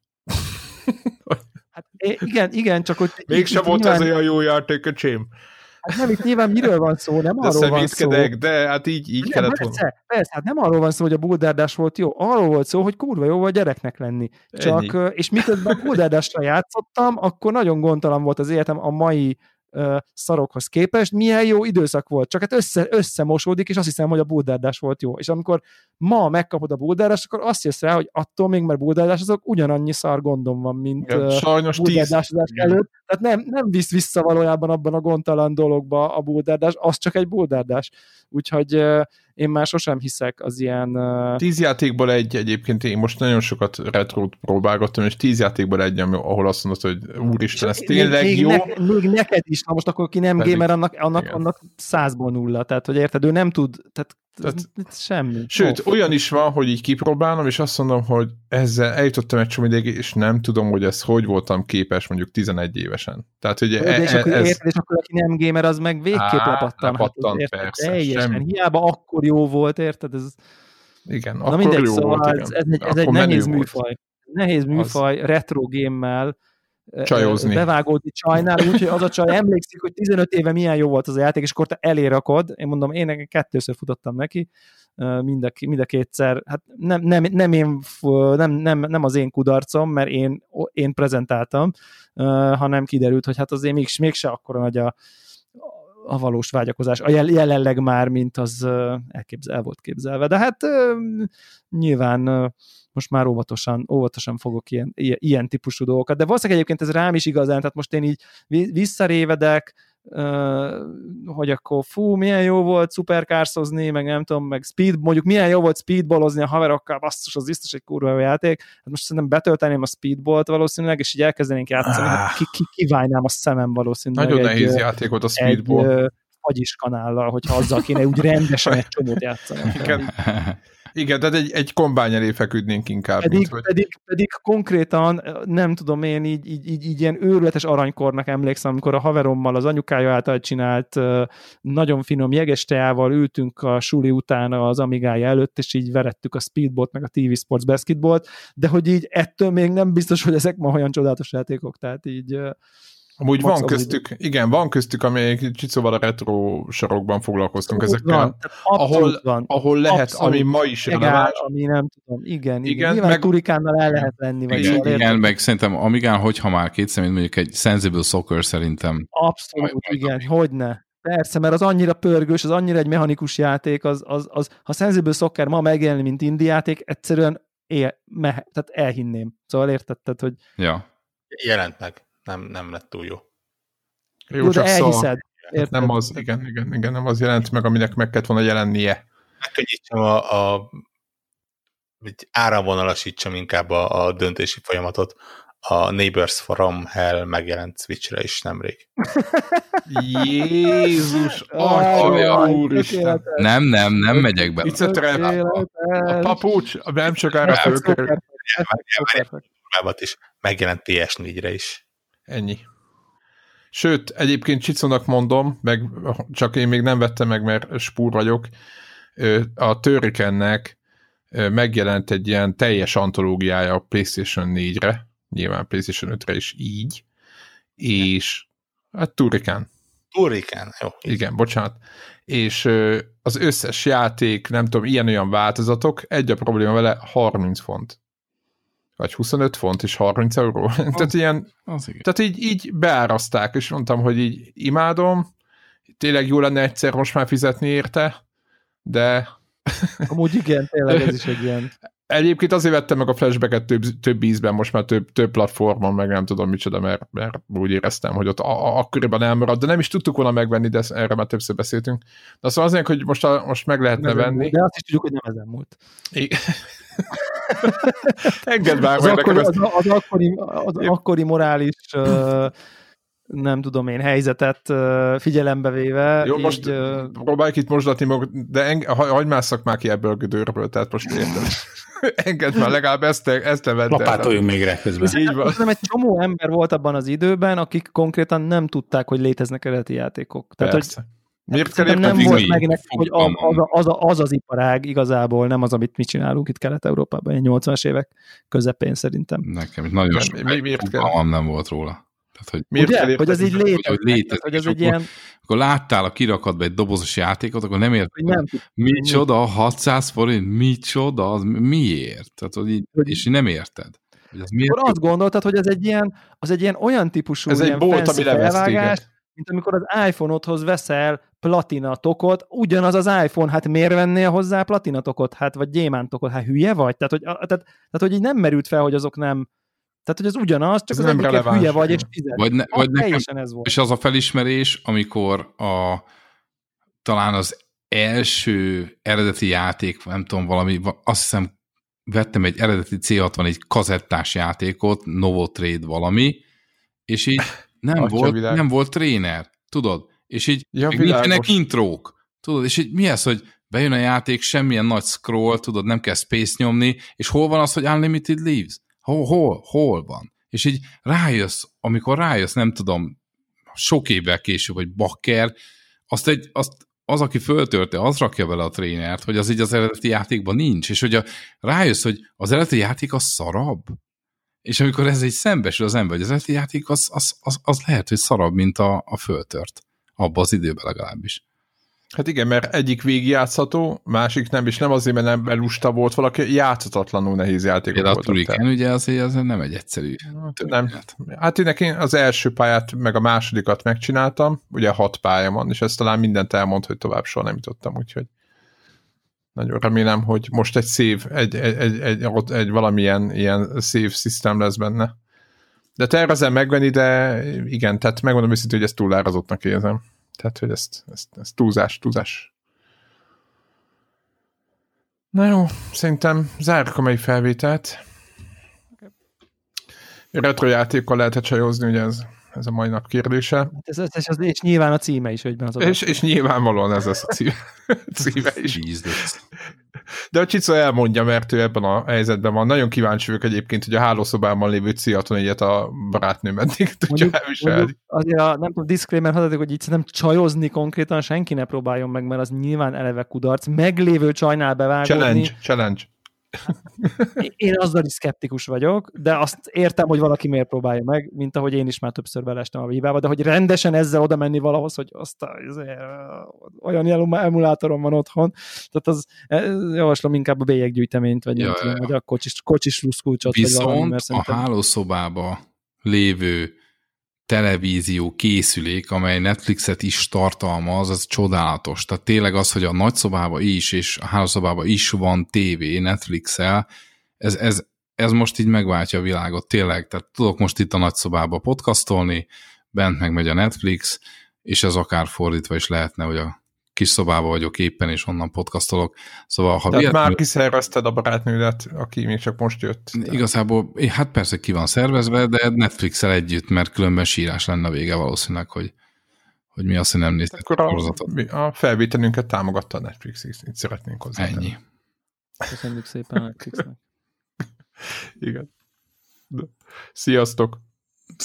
Hát igen, igen, csak hogy... Mégsem volt nyilván... ez olyan jó játék, öcsém. Hát nem, itt nyilván miről van szó, nem de arról van szó. De hát így, így kellett volna. Persze, persze, hát nem arról van szó, hogy a Boulder Dash volt jó, arról volt szó, hogy kurva jó volt gyereknek lenni. Csak, ennyi. És miközben a Boulder Dash-ra játszottam, akkor nagyon gondtalan volt az életem a mai uh, szarokhoz képest, milyen jó időszak volt, csak hát össze, összemosódik, és azt hiszem, hogy a Boulder Dash volt jó. És amikor ma megkapod a Boulder Dash, akkor azt jössz rá, hogy attól még, mert Boulder Dash azok ugyanannyi szar gondom van, mint igen, sajnos Boulder Dash előtt. Tehát nem, nem visz vissza valójában abban a gondtalan dologba a Boulder Dash, az csak egy Boulder Dash. Úgyhogy uh, én már sosem hiszek az ilyen... Uh... Tíz játékból egy egyébként, én most nagyon sokat retrót próbálgattam, és tíz játékból egy, ahol azt mondod, hogy úristen, ez tényleg még, jó. Még, ne, még neked is, na most akkor ki nem pedig, gamer, annak, annak, annak százból nulla, tehát hogy érted, ő nem tud, tehát, tehát semmi. Sőt, oh. olyan is van, hogy így kipróbálom, és azt mondom, hogy ezzel eljutottam egy csomó ideig, és nem tudom, hogy ez hogy voltam képes mondjuk tizenegy évesen. Tehát, hogy e, és, akkor, ez... érted, és akkor aki nem gamer, az meg végképp Á, lepattan. Lepattan, hát, persze. Teljesen, semmi. Hiába akkor jó volt, érted? Ez... Igen, Na akkor mindegy, jó szóval volt, ez, ez egy, ez egy nehéz műfaj. Volt. Nehéz műfaj, az... retro gémmel csajozni. Bevágódni csajnál, úgyhogy az a csaj emlékszik, hogy tizenöt éve milyen jó volt az a játék, és akkor te elérakod, én mondom, én nekem kettőször futottam neki, mind a, mind a kétszer, hát nem, nem, nem, én, nem, nem, nem az én kudarcom, mert én, én prezentáltam, hanem kiderült, hogy hát azért még, mégse akkora nagy a, a valós vágyakozás. A jel, jelenleg már, mint az elképzel, el volt képzelve. De hát nyilván most már óvatosan, óvatosan fogok ilyen, ilyen, ilyen típusú dolgokat. De valószínűleg egyébként ez rám is igazán, tehát most én így visszarévedek, Uh, hogy akkor fú, milyen jó volt szuperkárszozni, meg nem tudom, meg speed, mondjuk milyen jó volt speedballozni a haverokkal, basszus, az biztos egy kurva jó játék. Hát most szerintem betölteném a speedballt valószínűleg, és így elkezdenénk játszani, ah. hát ki, ki, kiválnám a szemem valószínűleg. Nagyon egy, nehéz játék volt a speedball. Egy uh, fagyis kanállal, hogyha azzal kéne úgy rendesen egy csomót játszani. Igen. Igen, tehát egy, egy kombány elé feküdnénk inkább. Pedig, mint, hogy... pedig, pedig konkrétan, nem tudom én, így, így, így, így ilyen őrületes aranykornak emlékszem, amikor a haverommal az anyukája által csinált nagyon finom jeges teával ültünk a suli után az Amigája előtt, és így verettük a speedballt, meg a té vé Sports basketballt, de hogy így ettől még nem biztos, hogy ezek ma olyan csodálatos játékok, tehát így... Amúgy Max van köztük, az igen, van köztük, amelyek Csicóval a retro sorokban foglalkoztunk ott ezekkel, van, ahol, van. ahol lehet, abszolút. Ami ma is releváns. Ami nem tudom, igen, igen. igen nyilván meg, Turikánnal el lehet lenni. Vagy igen, igen, igen, meg szerintem Amigán, hogyha már kétszer, mint mondjuk egy Sensible Soccer szerintem. Abszolút, majd, igen, majd, hogyne. Persze, mert az annyira pörgős, az annyira egy mechanikus játék, az, az, az ha Sensible Soccer ma megjelenni, mint indie játék, egyszerűen él, mehe, tehát elhinném. Szóval értetted, hogy... Ja. Jelent meg. Nem, nem lett túl jó. Jó, jó csak elhiszed. Nem az, igen, igen, igen, nem az jelent meg, aminek meg kellett volna jelennie. Megkönnyítsem a, a áramvonalasítsam inkább a, a döntési folyamatot. A Neighbors from Hell megjelent Switchre is nemrég. Jézus, atya úristen. Nem, nem, nem megyek be. Itt a trap, a papucs, nem sokára fölkerül. is megjelent pé es négyre is. Ennyi. Sőt, egyébként Csicónak mondom, meg csak én még nem vettem meg, mert spúr vagyok, a Turricannek megjelent egy ilyen teljes antológiája a PlayStation négyre, nyilván PlayStation ötre is így, és hát Turrican. Turrican, jó. Igen, bocsánat. És az összes játék, nem tudom, ilyen-olyan változatok, egy a probléma vele, harminc font. Vagy huszonöt font és harminc euró. Az, tehát ilyen, az tehát így, így beáraszták, és mondtam, hogy így imádom, tényleg jó lenne egyszer most már fizetni érte, de... Amúgy igen, tényleg ez is egy ilyen... Egyébként azért vettem meg a flashbacket több, több ízben, most már több, több platformon, meg nem tudom micsoda, mert, mert úgy éreztem, hogy ott akkoriban elmarad, de nem is tudtuk volna megvenni, de erre már többször beszéltünk. De azt mondják, hogy most, a, most meg lehetne ezen venni. Múlt, de azt is tudjuk, hogy nem ezen múlt. Engedd már az, akkori, az, az, akkori, az akkori morális uh, nem tudom én, helyzetet uh, figyelembe véve. Jó, így, most uh, próbáljuk itt mosdatni maguk, de enge, hagyd másszak már ki ebből a gödörből, tehát most értem. Engedd már, legalább ezt, ezt nem vettem. Lapátoljunk még rá közben. Így van. Nem, egy csomó ember volt abban az időben, akik konkrétan nem tudták, hogy léteznek eredeti játékok. Tehát, persze. hogy miért kell értem? Nem volt meg nekik, hogy az, az, az, az az iparág igazából nem az, amit mi csinálunk itt Kelet-Európában, ilyen nyolcvanas évek közepén szerintem. Nekem nagyon sok mi, miért kell? nem volt róla. Tehát, hogy miért ugye, kell hogy az így létezik. Hogy, létezik, hogy az egy akkor, ilyen... akkor láttál a kirakatba egy dobozos játékot, akkor nem érted, nem. micsoda, hatszáz forint, micsoda, az miért? Tehát, hogy így, és nem érted. Hogy az miért akkor azt gondoltad, hogy ez egy ilyen, az egy ilyen olyan típusú ez ilyen egy bolt, ami felvágás, mint amikor az iPhone-odhoz veszel platina tokot, ugyanaz az iPhone, hát miért vennél hozzá platina tokot, hát vagy gyémántokot, hát hülye vagy? Tehát hogy, tehát, tehát, hogy így nem merült fel, hogy azok nem, tehát hogy az ugyanaz, csak ez az egyiket hülye vagy, és fizet. Vagy, ne, vagy nekem, ez volt. És az a felismerés, amikor a, talán az első eredeti játék, nem tudom, valami, azt hiszem, vettem egy eredeti cé hatvanegy kazettás játékot, Novotrade valami, és így nem, volt, nem volt tréner, tudod? És így ja, nincsenek intrók, tudod? És így mi ez, hogy bejön a játék, semmilyen nagy scroll, tudod, nem kell space nyomni, és hol van az, hogy Unlimited Leaves? Hol, hol, hol van? És így rájössz, amikor rájössz, nem tudom, sok évvel később, vagy bakker, azt, egy, azt az, aki föltörte, az rakja vele a trénert, hogy az így az eredeti játékban nincs, és hogy a, rájössz, hogy az eredeti játék az szarabb. És amikor ez így szembesül az ember, hogy az eredeti játék az, az, az, az lehet, hogy szarabb, mint a, a föltört. Abban az időben legalábbis. Hát igen, mert egyik végigjátszható, másik nem, és nem azért, mert nem lusta volt valaki, játszhatatlanul nehéz játékok voltak. A Turrican ugye azért az nem egy egyszerű történet. Nem. Hát én nekem az első pályát, meg a másodikat megcsináltam, ugye hat pálya van, és ezt talán mindent elmond, hogy tovább soha nem jutottam, úgyhogy nagyon remélem, hogy most egy save, egy, egy, egy, egy, egy valamilyen ilyen save system lesz benne. De tervezem megvenni, de igen, tehát megmondom őszintén, hogy ezt túlárazottnak érzem. Tehát, hogy ezt, ezt, ezt túlzás, túlzás. Na jó, szerintem zárjuk a mai felvételt. Retro játékkal lehet csajozni, ugye ez, ez a mai nap kérdése. Ez, ez, ez, és nyilván a címe is egyben az és, és nyilvánvalóan ez lesz a címe, címe is. De a Csica elmondja, mert ő ebben a helyzetben van. Nagyon kíváncsi vagyok egyébként, hogy a hálószobában lévő cé hatvanegyet a barátnőm eddig tudja elviselni. Azért a, nem tudom, disclaimer hadatik, hogy itt szerintem csajozni konkrétan senki ne próbáljon meg, mert az nyilván eleve kudarc. Meglévő csajnál bevágódni. Challenge, challenge. Én azzal is szkeptikus vagyok, de azt értem, hogy valaki miért próbálja meg, mint ahogy én is már többször belestem a hibába, de hogy rendesen ezzel oda menni valahoz, hogy azt a, azért, olyan emulátorom van otthon, tehát az javaslom inkább a bélyeggyűjteményt, vagy, ja, tudom, ja. vagy a kocsis, kocsis ruszkulcsot. Viszont vagy valami, a szerintem... hálószobába lévő televízió készülék, amely Netflixet is tartalmaz, az csodálatos. Tehát tényleg az, hogy a nagyszobában is, és a hálószobában is van tévé Netflix-el, ez, ez, ez most így megváltja a világot, tényleg. Tehát tudok most itt a nagyszobában podcastolni, bent meg megy a Netflix, és ez akár fordítva is lehetne, hogy a kis szobában vagyok éppen, és onnan podcastolok. Szóval, ha Tehát véletlenül... már kiszervezted a barátnődet, aki még csak most jött. De... Igazából, hát persze ki van szervezve, de Netflix-el együtt, mert különben sírás lenne a vége valószínűleg, hogy, hogy mi azt, hogy nem néztek a sorozatot. A felvételünket támogatta a Netflix, így szeretnénk hozzá. Ennyi. Köszönjük szépen a Netflixnek. Igen. De. Sziasztok!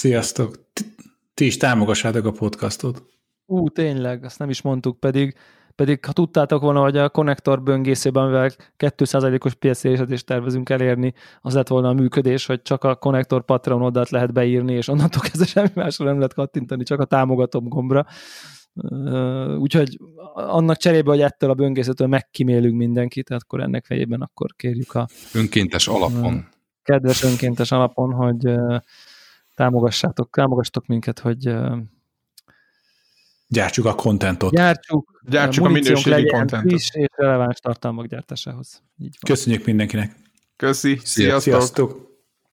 Sziasztok! Ti is támogassátok a podcastot. Ú, tényleg, azt nem is mondtuk, pedig Pedig ha tudtátok volna, hogy a konnektor böngészőben, amivel két százalékos piacérészetést tervezünk elérni, az lett volna a működés, hogy csak a konnektor Patreon oldalt lehet beírni, és onnantól kezdve semmi másra nem lehet kattintani, csak a támogatom gombra. Úgyhogy annak cserébe, hogy ettől a böngészőtől megkímélünk mindenkit, tehát akkor ennek fejében akkor kérjük a önkéntes alapon. Kedves önkéntes alapon, hogy támogassátok, támogassatok minket, hogy gyártsuk a kontentot. Gyártsuk, Gyártsuk a minőségi kontentot. És releváns tartalmak gyártásához. Így van. Köszönjük mindenkinek. Köszi, sziasztok! sziasztok.